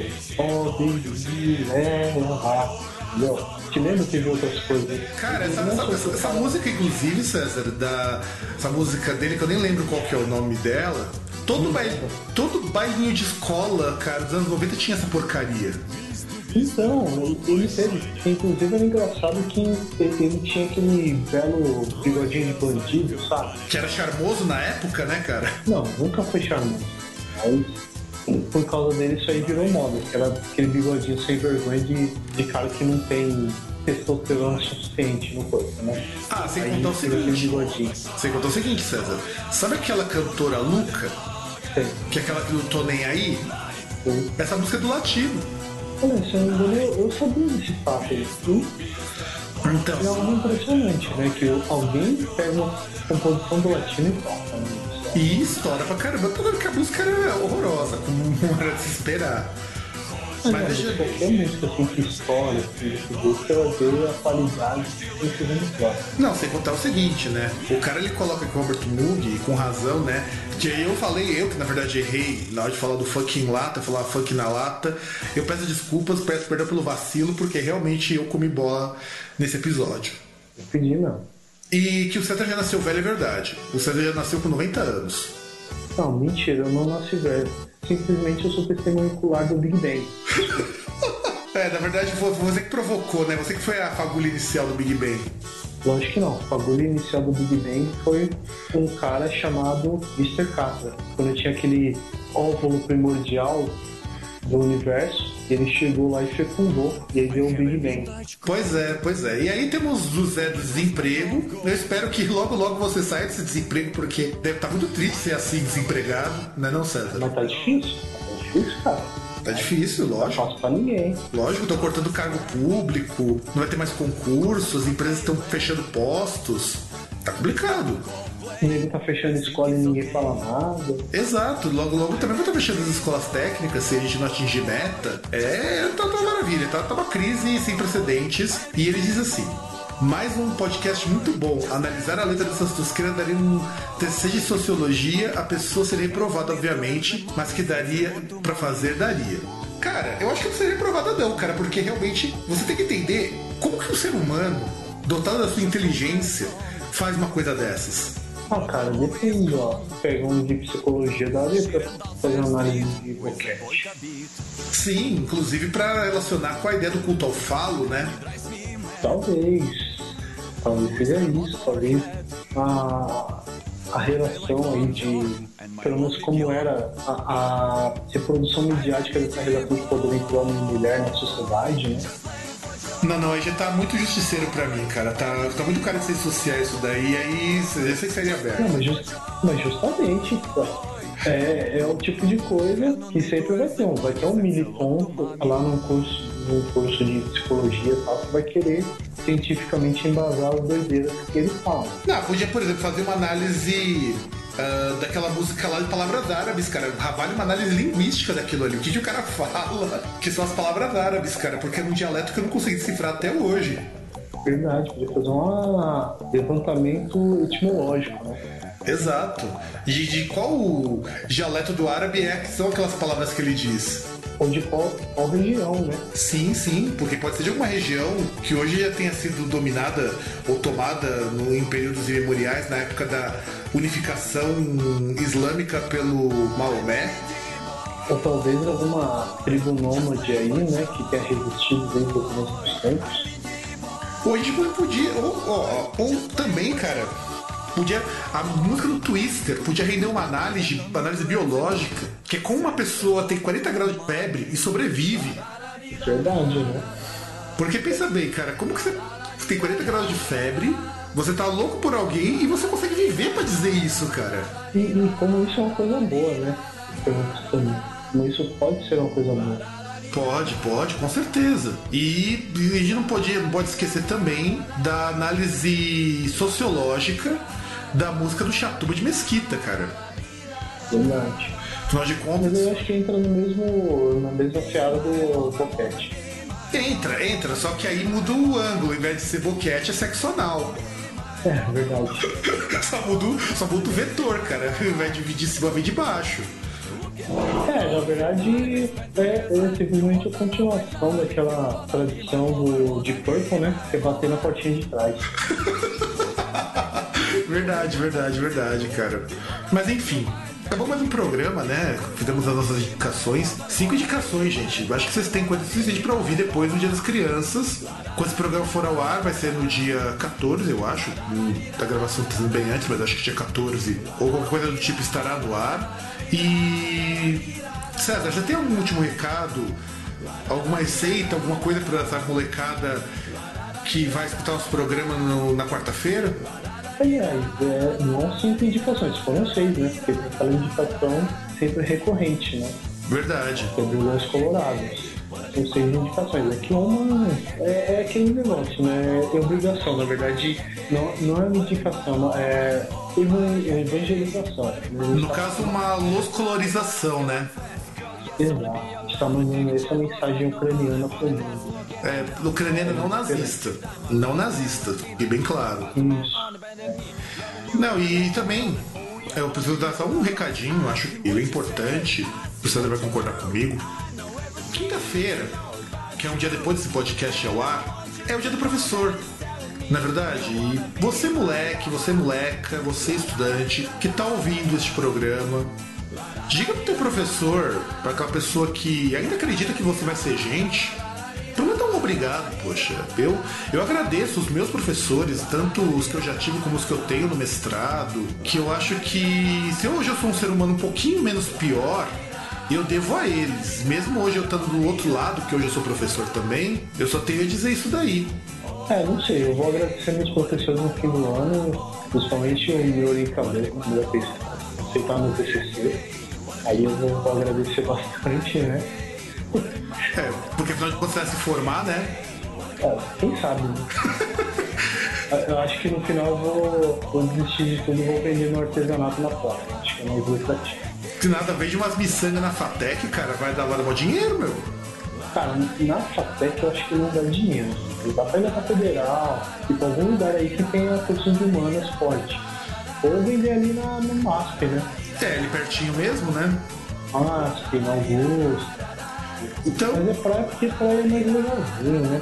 entendeu? Te lembra que teve outras coisas? Cara, essa música, inclusive, César, essa música dele, que eu nem lembro qual que é o nome dela, todo bailinho de escola, cara, dos anos 90 tinha essa porcaria. Então, ele teve. Inclusive era engraçado que ele tinha aquele belo bigodinho de bandido, sabe? Que era charmoso na época, né, cara? Não, nunca foi charmoso. Mas por causa dele isso aí virou moda, que era aquele bigodinho sem vergonha de cara que não tem testosterona suficiente no corpo, né? Sem contar o seguinte. Sem contar o seguinte, César. Sabe aquela cantora Luca? Sim. Que é aquela que não tô nem aí? Sim. Essa música é do latino. Olha, se eu não me engano, eu sabia desse fato aí. Então. É algo impressionante, né? Que alguém pega uma composição do latino e toca, né? E estoura pra caramba, porque a música era horrorosa, como era de se esperar. Mas deixa qualquer música assim que estoura, que você vai ver a qualidade desse negócio. Não, sem contar o seguinte, né? O cara ele coloca aqui o Robert Moog, com razão, né? Que aí eu que na verdade errei na hora de falar do funk em lata, falar funk na lata. Eu peço desculpas, peço perdão pelo vacilo, porque realmente eu comi bola nesse episódio. Eu pedi, não. E que o César já nasceu velho é verdade. O César já nasceu com 90 anos. Não, mentira, eu não nasci velho. Simplesmente eu sou testemunho ocular do Big Bang. Na verdade foi você que provocou, né? Você que foi a fagulha inicial do Big Bang. Lógico que não. A fagulha inicial do Big Bang foi um cara chamado Mr. Catra. Quando tinha aquele óvulo primordial do universo, ele chegou lá e fecundou, e aí deu o Big Bang. Pois é. E aí temos o Zé do desemprego. Eu espero que logo você saia desse desemprego, porque deve estar muito triste ser assim, desempregado, né não, César? Mas tá difícil, cara. Tá difícil, lógico. Não fácil pra ninguém. Lógico, estão cortando cargo público, não vai ter mais concurso, as empresas estão fechando postos. Tá complicado. Ninguém tá fechando escola e ninguém fala nada. Exato, logo também vai estar fechando as escolas técnicas se a gente não atingir meta. Tá uma maravilha, tá uma crise sem precedentes. E ele diz assim: mais um podcast muito bom. Analisar a letra dessas tosqueiras daria um TCC de sociologia. A pessoa seria reprovada, obviamente, mas que daria pra fazer, daria. Cara, eu acho que não seria reprovada não, cara, porque realmente você tem que entender como que um ser humano, dotado da sua inteligência, faz uma coisa dessas. Cara, depende, ó. Pega um de psicologia, daria pra fazer uma análise de podcast. Sim, inclusive pra relacionar com a ideia do culto ao falo, né? Talvez seja isso, talvez a relação aí de, pelo menos como era a reprodução midiática dessa relação de poder entre homem e mulher na sociedade, né? Não, aí já tá muito justiceiro pra mim, cara. Tá muito cara de ser social isso daí, aí eu sei que seria aberto. Não, mas justamente, é o tipo de coisa que sempre vai ter um miliponto lá num curso de psicologia e tal, que vai querer cientificamente embasar as doideiras que ele fala. Não, podia, por exemplo, fazer uma análise daquela música lá de palavras árabes, cara. Vale uma análise linguística daquilo ali. O que o cara fala, que são as palavras árabes, cara, porque é um dialeto que eu não consegui decifrar até hoje. Verdade, podia fazer um levantamento etimológico, né? Exato. E de qual dialeto do árabe que são aquelas palavras que ele diz? Ou de qual região, né? Sim, porque pode ser de alguma região que hoje já tenha sido dominada ou tomada em períodos imemoriais, na época da unificação islâmica pelo Maomé. Ou talvez alguma tribo nômade aí, né, que tenha resistido desde o começo dos tempos. Ou a gente podia, ou também, cara, podia, a música do Twister podia render uma análise biológica, que é como uma pessoa tem 40 graus de febre e sobrevive. Verdade, né? Porque pensa bem, cara, como que você tem 40 graus de febre, você tá louco por alguém e você consegue viver pra dizer isso, cara? E como isso é uma coisa boa, né? Como isso pode ser uma coisa boa. Pode, com certeza. E a gente não pode esquecer também da análise sociológica da música do Chatuba de Mesquita, cara. Verdade. Afinal de contas... Mas eu acho que entra na mesma seara do boquete. Entra, só que aí muda o ângulo. Ao invés de ser boquete, é sexo anal. É, verdade. só muda o vetor, cara. Ao invés de vir de cima, vem de baixo. Na verdade, é simplesmente a continuação daquela tradição de Purple, né? Que é bater na portinha de trás. Verdade, cara. Mas enfim, acabou mais um programa, né? Fizemos as nossas indicações. 5 indicações, gente. Eu acho que vocês têm coisa suficiente pra ouvir depois no Dia das Crianças. Quando esse programa for ao ar, vai ser no dia 14, eu acho. A gravação tá sendo bem antes, mas acho que dia 14. Ou qualquer coisa do tipo estará no ar. E... César, já tem algum último recado? Alguma receita, alguma coisa pra essa molecada que vai escutar nosso programa na quarta-feira? Aliás, não 5 indicações, foram 6, né? Porque tem aquela indicação sempre recorrente, né? Verdade. Sobre os colorados. São 6 indicações. Aqui uma é aquele negócio, né? É obrigação, na verdade, não é uma indicação, é evangelização. No caso, uma loscolorização, né? Exato. Está mandando essa mensagem ucraniana para o mundo. Ucraniana não nazista. Não nazista, fique bem claro. Isso. Não, e também eu preciso dar só um recadinho, acho que ele é importante, o Sandro vai concordar comigo. Quinta-feira, que é um dia depois desse podcast ao ar, é o dia do professor. Na verdade, e você moleque, você moleca, você estudante que tá ouvindo este programa, diga pro teu professor, para aquela pessoa que ainda acredita que você vai ser gente, prometa um obrigado, poxa. Eu agradeço os meus professores, tanto os que eu já tive como os que eu tenho no mestrado, que eu acho que se hoje eu sou um ser humano um pouquinho menos pior, eu devo a eles. Mesmo hoje eu estando do outro lado, que hoje eu sou professor também, eu só tenho a dizer isso daí. Não sei, eu vou agradecer meus professores no fim do ano, principalmente o meu orientador, quando eu fez aceitar meu TCC. Aí eu vou agradecer bastante, né? Porque afinal de contas você vai se formar, né? Quem sabe, né? Eu acho que no final eu vou desistir de tudo e vou vender meu artesanato na porta. Acho que é mais lucrativo. Se nada, vez de umas miçangas na FATEC, cara, vai dar mó dinheiro, meu. Cara, na FATEC eu acho que não dá dinheiro. Ele dá pra ir pra Federal, e pra algum lugar aí que tenha curso de humanas forte. Ou vender ali no MASP, né? Ali pertinho mesmo, né? MASP, na Augusta. Então... Mas é praia porque praia é mais legalzinho, né?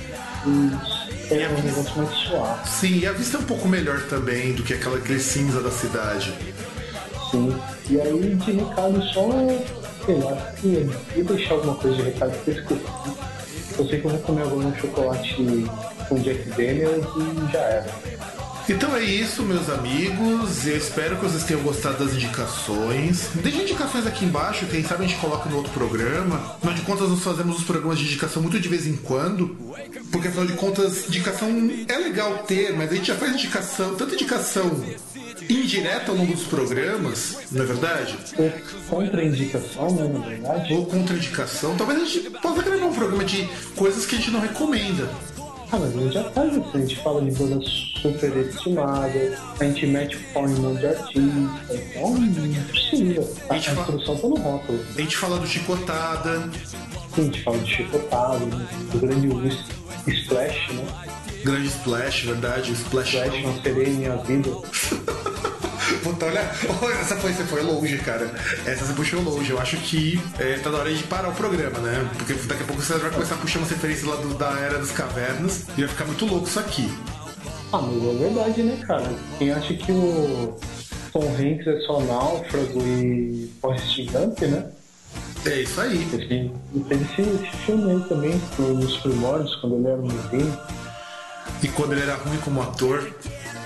É um negócio mais suave. Sim, e a vista é um pouco melhor também do que aquele cinza da cidade. Sim, e aí de recado só, sei lá, ia deixar alguma coisa de recado que eu esqueci. Eu sei que eu vou comer agora um chocolate com Jack Daniels e já era. Então é isso, meus amigos. Eu espero que vocês tenham gostado das indicações. Deixem indicações aqui embaixo, quem sabe a gente coloca no outro programa. Afinal de contas, nós fazemos os programas de indicação muito de vez em quando. Porque afinal de contas, indicação é legal ter, mas a gente já faz indicação, tanta indicação indireta ao longo dos programas, não é verdade? Ou contraindicação, né, na verdade? Ou contraindicação. Talvez a gente possa gravar um programa de coisas que a gente não recomenda. Mas a gente já faz isso, a gente fala de bandas super estimadas, a gente mete o pau em um monte de artista, então não precisa. A instrução tá no rótulo. A gente fala do Chicotada. Sim, a gente fala do Chicotada, do grande Splash, né? Grande Splash, verdade, o Splash. Splash não seria em minha vida. Puta, olha, você foi longe, cara. Essa você puxou longe. Eu acho que tá na hora de parar o programa, né? Porque daqui a pouco você vai começar a puxar umas referências lá da Era das Cavernas e vai ficar muito louco isso aqui. Mas é verdade, né, cara? Quem acha que o Tom Hanks é só náufrago e Forrest Gump, né? É isso aí. Teve esse filme aí também, nos primórdios, quando ele era um menino. E quando ele era ruim como ator.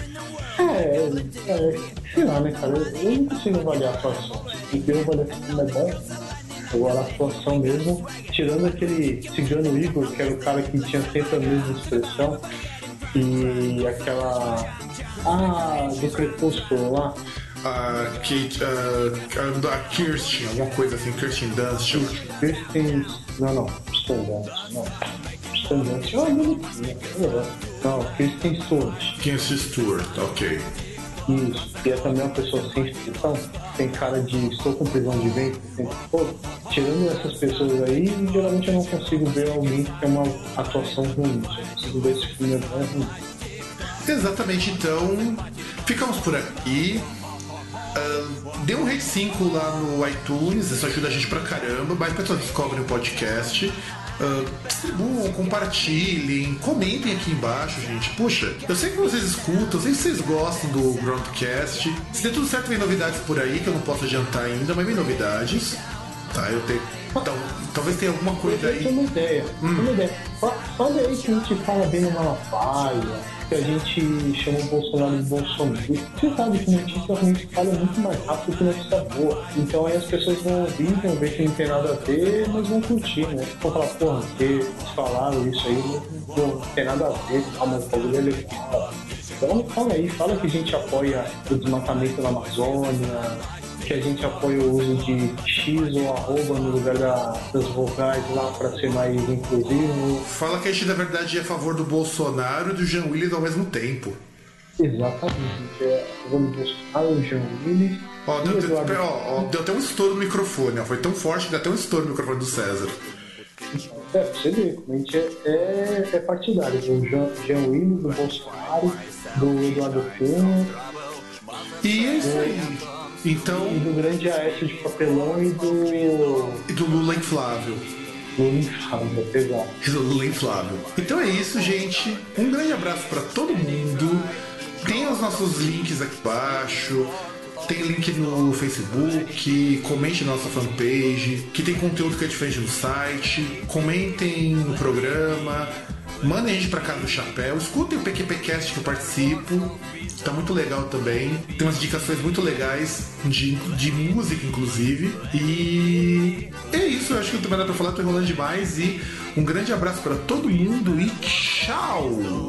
Sei lá, né, cara? Eu não consigo avaliar a atuação. Porque eu avaliar se o filme é bom. Agora a atuação mesmo, tirando aquele cigano Igor, que era o cara que tinha sempre a mesma expressão, e aquela. Do Crepúsculo lá. A Kirsten, alguma coisa assim, Kirsten Dunst. Kirsten. Não, Kirsten Dunst. Não, Kirsten Stewart. Kirsten Stewart, ok. Isso, e é também uma pessoa sem expressão, tem cara de estou com prisão de ventre, tirando essas pessoas aí, geralmente eu não consigo ver alguém que tem uma atuação ruim, só consigo ver se o filme é bom ou ruim. Exatamente, então ficamos por aqui. Dê um rate 5 lá no iTunes, isso ajuda a gente pra caramba, mais pessoas descobrem o podcast. Distribuam, compartilhem, comentem aqui embaixo, gente. Puxa, eu sei que vocês escutam, eu sei que vocês gostam do Groundcast. Se der tudo certo, vem novidades por aí que eu não posso adiantar ainda, mas vem novidades. Tá, eu tenho. Então, talvez tenha alguma coisa aí. Eu tenho uma ideia. Olha aí que a gente fala bem no Malafaia, que a gente chama o Bolsonaro de Bolsonaro. Você sabe que notícia ruim se fala muito mais rápido que notícia boa. Então aí as pessoas vão ouvir, vão ver que não tem nada a ver, mas vão curtir, né? Vão falar, porra, porque eles falaram isso aí, não tem nada a ver, mas o bagulho é legal. Então fala que a gente apoia o desmatamento na Amazônia, que a gente apoia o uso de X ou arroba no lugar das vogais lá para ser mais inclusivo. Fala que a gente, na verdade, é a favor do Bolsonaro e do Jean Willis ao mesmo tempo. Exatamente. É a favor do Bolsonaro, o Jean Willis. Deu até um estouro no microfone. Foi tão forte que deu até um estouro no microfone do César. Pra você ver como a gente é partidário. Do Jean Willis, do Bolsonaro, do Eduardo Cunha. E é isso aí. Então, e do grande Aécio de papelão e do Lula inflável. Lula inflável, pesado. E do Lula inflável. Então é isso, gente. Um grande abraço pra todo mundo. Tem os nossos links aqui embaixo. Tem link no Facebook. Comente na nossa fanpage. Que tem conteúdo que é diferente no site. Comentem no programa. Mandem a gente pra casa do chapéu. Escutem o PQPcast que eu participo. Tá muito legal também. Tem umas indicações muito legais de música, inclusive. E é isso. Eu acho que não tem mais nada pra falar. Tô enrolando demais. E um grande abraço pra todo mundo. E tchau!